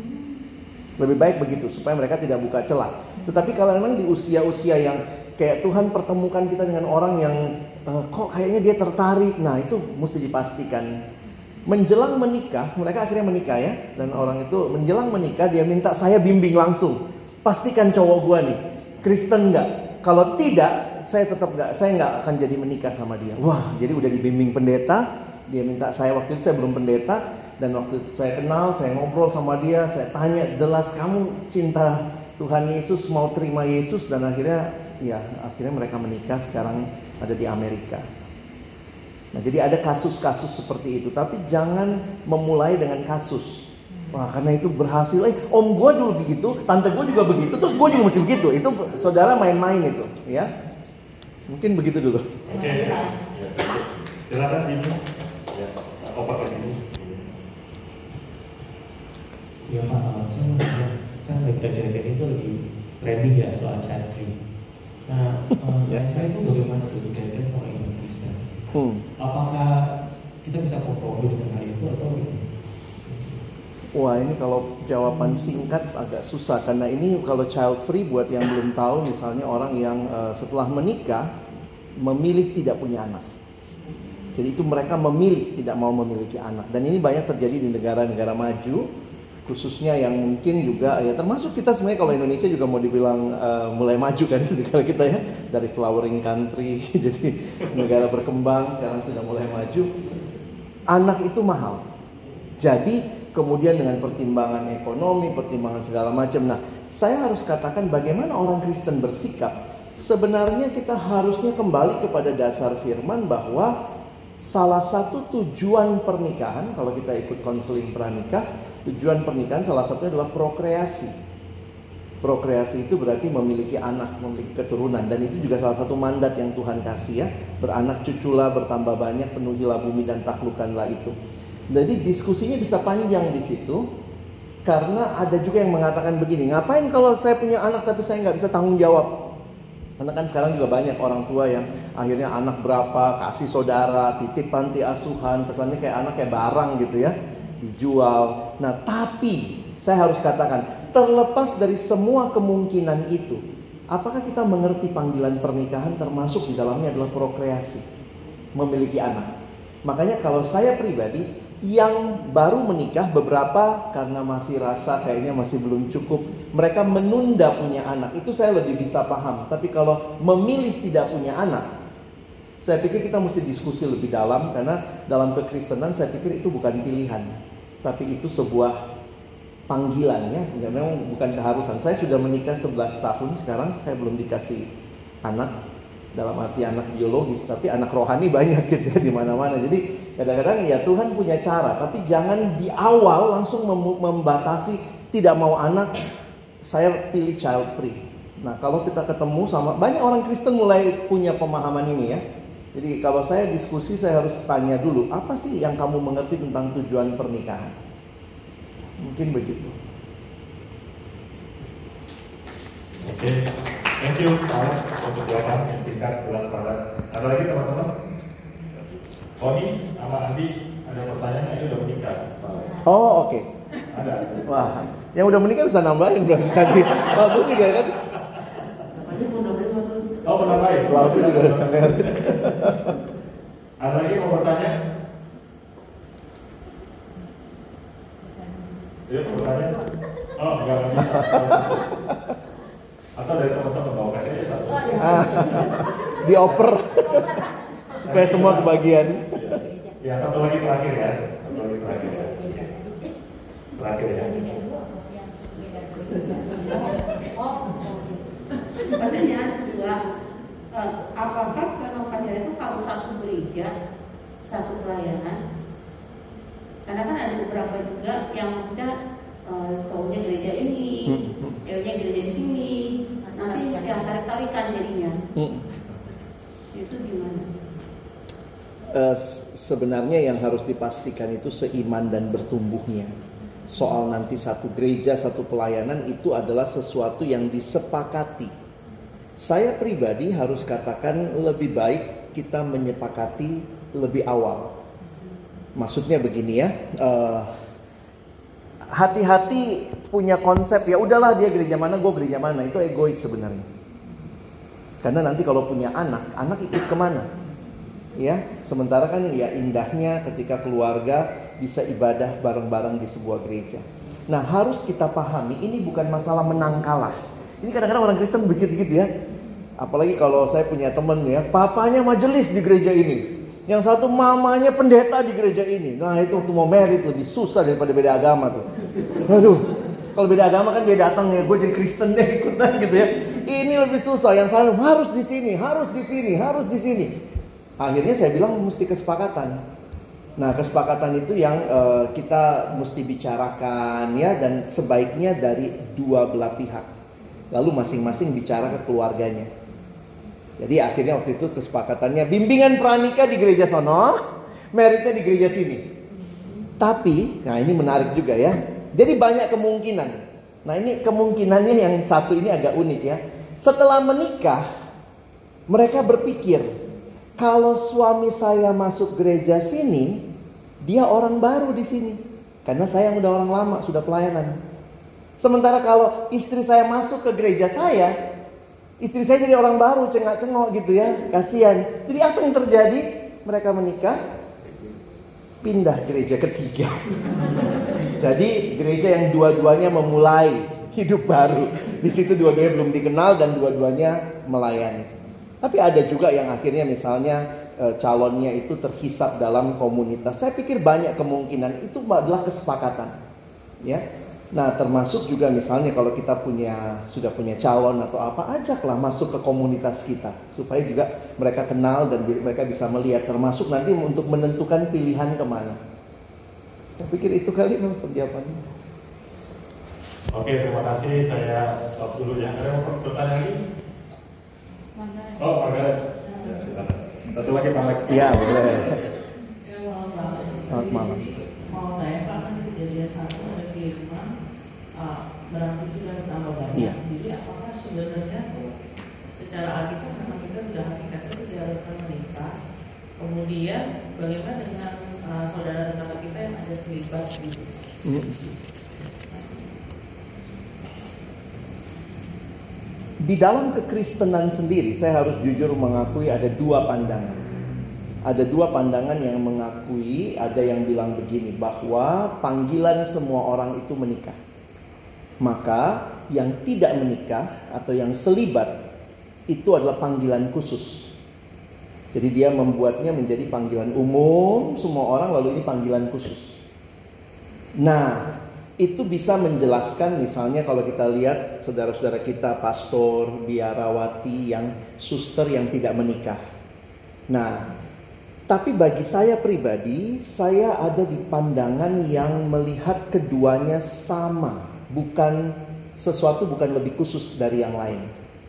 Lebih baik begitu supaya mereka tidak buka celah. Tetapi kalau memang di usia-usia yang kayak Tuhan pertemukan kita dengan orang yang uh, kok kayaknya dia tertarik, nah itu mesti dipastikan. Menjelang menikah, mereka akhirnya menikah ya. Dan orang itu menjelang menikah dia minta saya bimbing langsung. Pastikan cowok gua nih Kristen nggak? Kalau tidak, saya tetap nggak, saya nggak akan jadi menikah sama dia. Wah, jadi udah dibimbing pendeta. Dia minta saya, waktu itu saya belum pendeta, dan waktu itu saya kenal, saya ngobrol sama dia, saya tanya, jelas kamu cinta Tuhan Yesus, mau terima Yesus, dan akhirnya ya akhirnya mereka menikah, sekarang ada di Amerika. Nah, jadi ada kasus-kasus seperti itu, tapi jangan memulai dengan kasus. Wah, karena itu berhasil, eh om gue dulu begitu, tante gue juga begitu, terus gue juga mesti begitu. Itu saudara main-main itu, ya. Mungkin begitu dulu. Oke, okay. Ya, silakan ini. Ya, apa pakai ini? Ya Pak, saya kan akhir-akhir itu lagi trending ya soal child free. Nah, um, ya. Saya itu bagaimana tuh kira-kira sama ini? Hmm. Apakah kita bisa kompromi dengan hal itu atau Wah, ini kalau jawaban singkat agak susah, karena ini kalau child free, buat yang belum tahu, misalnya orang yang uh, setelah menikah memilih tidak punya anak. Jadi itu mereka memilih tidak mau memiliki anak, dan ini banyak terjadi di negara-negara maju, khususnya yang mungkin juga ya termasuk kita sebenarnya. Kalau Indonesia juga mau dibilang uh, mulai maju kan negara kita ya, dari flowering country jadi negara berkembang, sekarang sudah mulai maju. Anak itu mahal, jadi kemudian dengan pertimbangan ekonomi, pertimbangan segala macam. Nah, saya harus katakan bagaimana orang Kristen bersikap. Sebenarnya kita harusnya kembali kepada dasar firman bahwa salah satu tujuan pernikahan, kalau kita ikut konseling pranikah, tujuan pernikahan salah satunya adalah prokreasi. Prokreasi itu berarti memiliki anak, memiliki keturunan, dan itu juga salah satu mandat yang Tuhan kasih ya. Beranak cuculah, bertambah banyak, penuhilah bumi dan taklukkanlah itu. Jadi diskusinya bisa panjang di situ, karena ada juga yang mengatakan begini, ngapain kalau saya punya anak tapi saya nggak bisa tanggung jawab? Karena kan sekarang juga banyak orang tua yang akhirnya anak berapa, kasih saudara, titip panti asuhan, kesannya kayak anak kayak barang gitu ya, dijual. Nah, tapi saya harus katakan, terlepas dari semua kemungkinan itu, apakah kita mengerti panggilan pernikahan termasuk di dalamnya adalah prokreasi, memiliki anak? Makanya kalau saya pribadi, yang baru menikah beberapa karena masih rasa kayaknya masih belum cukup, mereka menunda punya anak, itu saya lebih bisa paham. Tapi kalau memilih tidak punya anak, saya pikir kita mesti diskusi lebih dalam, karena dalam kekristenan saya pikir itu bukan pilihan, tapi itu sebuah panggilan ya, ya memang bukan keharusan. Saya sudah menikah sebelas tahun sekarang, saya belum dikasih anak dalam arti anak biologis, tapi anak rohani banyak gitu ya di mana-mana. Jadi kadang-kadang ya Tuhan punya cara, tapi jangan di awal langsung mem- membatasi tidak mau anak, saya pilih child free. Nah, kalau kita ketemu sama banyak orang Kristen mulai punya pemahaman ini ya. Jadi kalau saya diskusi, saya harus tanya dulu, apa sih yang kamu mengerti tentang tujuan pernikahan? Mungkin begitu. Oke, okay. Thank you Alex untuk jawaban yang singkat, jelas banget. Ada lagi teman-teman? Tony sama Andi ada pertanyaan, ini udah menikah. Oh, oke. Okay. Ada. Wah, yang udah menikah bisa nambahin berarti tadi. Bagus juga kan? Oh, pernah baik. Langsung juga udah merit. Ada lagi mau bertanya? Yuk, bertanya. Oh, enggak bisa. Atau dari teman-teman bawa kasih aja satu. Ah, dioper supaya semua kebagian. Ya, satu lagi terakhir ya. Satu lagi terakhir ya. Terakhir ya. Pertanyaan kedua, eh, apakah pernikahan itu harus satu gereja, satu pelayanan? Karena kan ada beberapa juga yang kita uh, tahunya gereja ini, tahunya gereja di sini, nanti ya tarik-tarikan jadinya. Hmm. Itu gimana? Uh, sebenarnya yang harus dipastikan itu seiman dan bertumbuhnya. Soal nanti satu gereja, satu pelayanan itu adalah sesuatu yang disepakati. Saya pribadi harus katakan lebih baik kita menyepakati lebih awal. Maksudnya begini ya, uh, hati-hati punya konsep ya udahlah dia gereja mana, gue gereja mana, itu egois sebenarnya. Karena nanti kalau punya anak, anak ikut kemana? Ya, sementara kan ya indahnya ketika keluarga bisa ibadah bareng-bareng di sebuah gereja. Nah, harus kita pahami ini bukan masalah menang kalah. Ini kadang-kadang orang Kristen begitu-gitu ya. Apalagi kalau saya punya temen ya, papanya majelis di gereja ini, yang satu mamanya pendeta di gereja ini. Nah, itu untuk mau merit lebih susah daripada beda agama tuh. Aduh, kalau beda agama kan dia datang ya, gue jadi Kristen deh ikutan gitu ya. Ini lebih susah, yang selalu harus di sini, harus di sini, harus di sini. Akhirnya saya bilang mesti kesepakatan. Nah, kesepakatan itu yang uh, kita mesti bicarakan ya, dan sebaiknya dari dua belah pihak. Lalu masing-masing bicara ke keluarganya. Jadi akhirnya waktu itu kesepakatannya bimbingan pranikah di gereja sono, meritnya di gereja sini. Tapi, nah ini menarik juga ya. Jadi banyak kemungkinan. Nah ini kemungkinannya yang satu ini agak unik ya. Setelah menikah, mereka berpikir, kalau suami saya masuk gereja sini, dia orang baru di sini. Karena saya yang udah orang lama, sudah pelayanan. Sementara kalau istri saya masuk ke gereja saya, istri saya jadi orang baru, cengak-cengok gitu ya, kasihan. Jadi apa yang terjadi? Mereka menikah, pindah gereja ketiga. Jadi gereja yang dua-duanya memulai hidup baru. Di situ dua-duanya belum dikenal dan dua-duanya melayani. Tapi ada juga yang akhirnya misalnya e, calonnya itu terhisap dalam komunitas. Saya pikir banyak kemungkinan itu adalah kesepakatan. Ya. Nah, termasuk juga misalnya kalau kita punya sudah punya calon atau apa, ajaklah masuk ke komunitas kita supaya juga mereka kenal dan mereka bisa melihat, termasuk nanti untuk menentukan pilihan kemana. Saya pikir itu kali kalau penjawabannya. Oke, terima kasih. Saya stop dulu ya. Ada yang mau bertanya lagi? Oh, Pak Gares. Ya, silakan. Satu lagi Pak Alex. Iya, boleh. Selamat malam. Mau tanya Pak, kan kejadian satu ada firman berarti sudah ditambah banyak. Iya. Jadi apakah sebenarnya secara Alkitab memang kita sudah hakikatnya diharuskan menikah? Kemudian bagaimana dengan uh, saudara tetangga kita yang ada selibat gitu? Hmm. Di dalam kekristenan sendiri, saya harus jujur mengakui ada dua pandangan. Ada dua pandangan yang mengakui, ada yang bilang begini, bahwa panggilan semua orang itu menikah. Maka yang tidak menikah atau yang selibat itu adalah panggilan khusus. Jadi dia membuatnya menjadi panggilan umum semua orang, lalu ini panggilan khusus. Nah, itu bisa menjelaskan misalnya kalau kita lihat saudara-saudara kita pastor, biarawati, yang suster yang tidak menikah. Nah, tapi bagi saya pribadi, saya ada di pandangan yang melihat keduanya sama. Bukan sesuatu, bukan lebih khusus dari yang lain.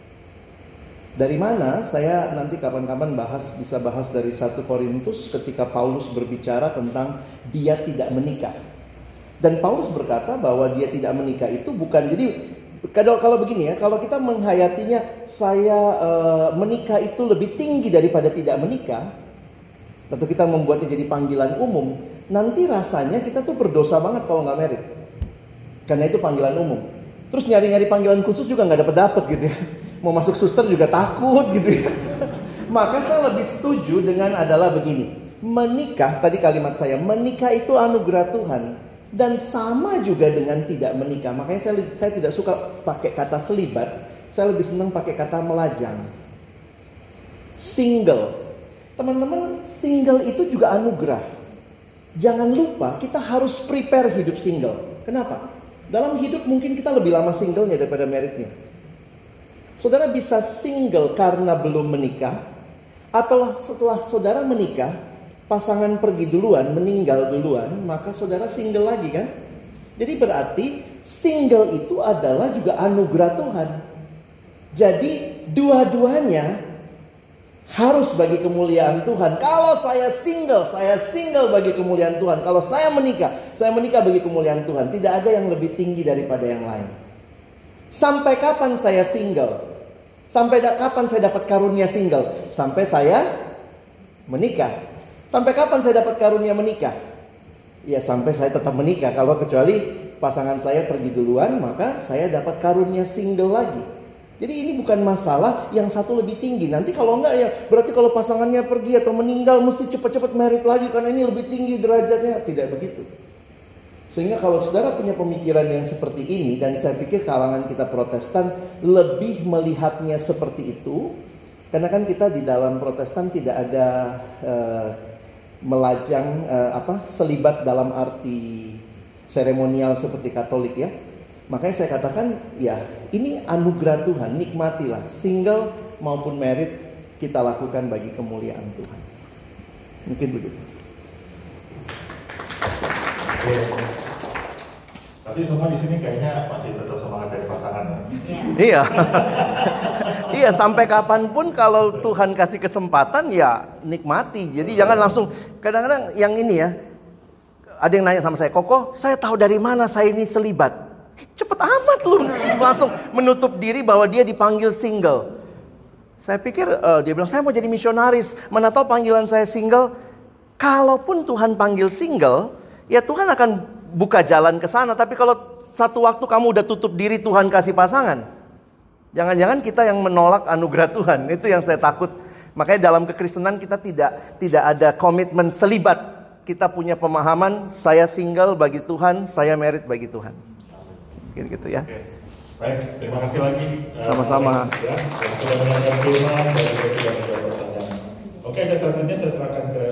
Dari mana? Saya nanti kapan-kapan bahas, bisa bahas dari satu Korintus ketika Paulus berbicara tentang dia tidak menikah. Dan Paulus berkata bahwa dia tidak menikah itu bukan, jadi kalau, kalau begini ya, kalau kita menghayatinya saya e, menikah itu lebih tinggi daripada tidak menikah, atau kita membuatnya jadi panggilan umum, nanti rasanya kita tuh berdosa banget kalau nggak merit. Karena itu panggilan umum. Terus nyari-nyari panggilan khusus juga nggak dapet-dapet gitu ya. Mau masuk suster juga takut gitu ya. Maka saya lebih setuju dengan adalah begini. Menikah, tadi kalimat saya, menikah itu anugerah Tuhan. Dan sama juga dengan tidak menikah. Makanya saya, saya tidak suka pakai kata selibat. Saya lebih senang pakai kata melajang. Single. Teman-teman, single itu juga anugerah. Jangan lupa kita harus prepare hidup single. Kenapa? Dalam hidup mungkin kita lebih lama singlenya daripada meritnya. Saudara bisa single karena belum menikah, atau setelah saudara menikah, pasangan pergi duluan, meninggal duluan, maka saudara single lagi kan? Jadi berarti single itu adalah juga anugerah Tuhan. Jadi dua-duanya harus bagi kemuliaan Tuhan. Kalau saya single, saya single bagi kemuliaan Tuhan. Kalau saya menikah, saya menikah bagi kemuliaan Tuhan. Tidak ada yang lebih tinggi daripada yang lain. Sampai kapan saya single? Sampai da- kapan saya dapat karunia single? Sampai saya menikah. Sampai kapan saya dapat karunia menikah? Ya sampai saya tetap menikah. Kalau kecuali pasangan saya pergi duluan, maka saya dapat karunia single lagi. Jadi ini bukan masalah yang satu lebih tinggi. Nanti kalau enggak ya berarti kalau pasangannya pergi atau meninggal mesti cepat-cepat merit lagi karena ini lebih tinggi derajatnya. Tidak begitu. Sehingga kalau saudara punya pemikiran yang seperti ini, dan saya pikir kalangan kita Protestan lebih melihatnya seperti itu. Karena kan kita di dalam Protestan tidak ada uh, melajang uh, apa selibat dalam arti seremonial seperti Katolik ya. Makanya saya katakan ya ini anugerah Tuhan, nikmatilah single maupun married kita lakukan bagi kemuliaan Tuhan. Mungkin begitu. Oke. Tapi semua di sini kayaknya masih tetap semangat dari pasangan ya. Iya. Iya, sampai kapanpun kalau Tuhan kasih kesempatan ya nikmati. Jadi jangan langsung, kadang-kadang yang ini ya, ada yang nanya sama saya, Koko, saya tahu dari mana saya ini selibat. Cepet amat lu langsung menutup diri bahwa dia dipanggil single. Saya pikir uh, dia bilang saya mau jadi misionaris. Mana tahu panggilan saya single. Kalaupun Tuhan panggil single, ya Tuhan akan buka jalan ke sana. Tapi kalau satu waktu kamu udah tutup diri, Tuhan kasih pasangan, jangan-jangan kita yang menolak anugerah Tuhan. Itu yang saya takut. Makanya dalam kekristenan kita tidak tidak ada komitmen selibat. Kita punya pemahaman, saya single bagi Tuhan, saya married bagi Tuhan. Mungkin gitu ya. Oke. Baik, terima kasih lagi. Sama-sama. Ya, yang sudah menonton firman dan juga sudah bertanya. Oke, selanjutnya saya serahkan ke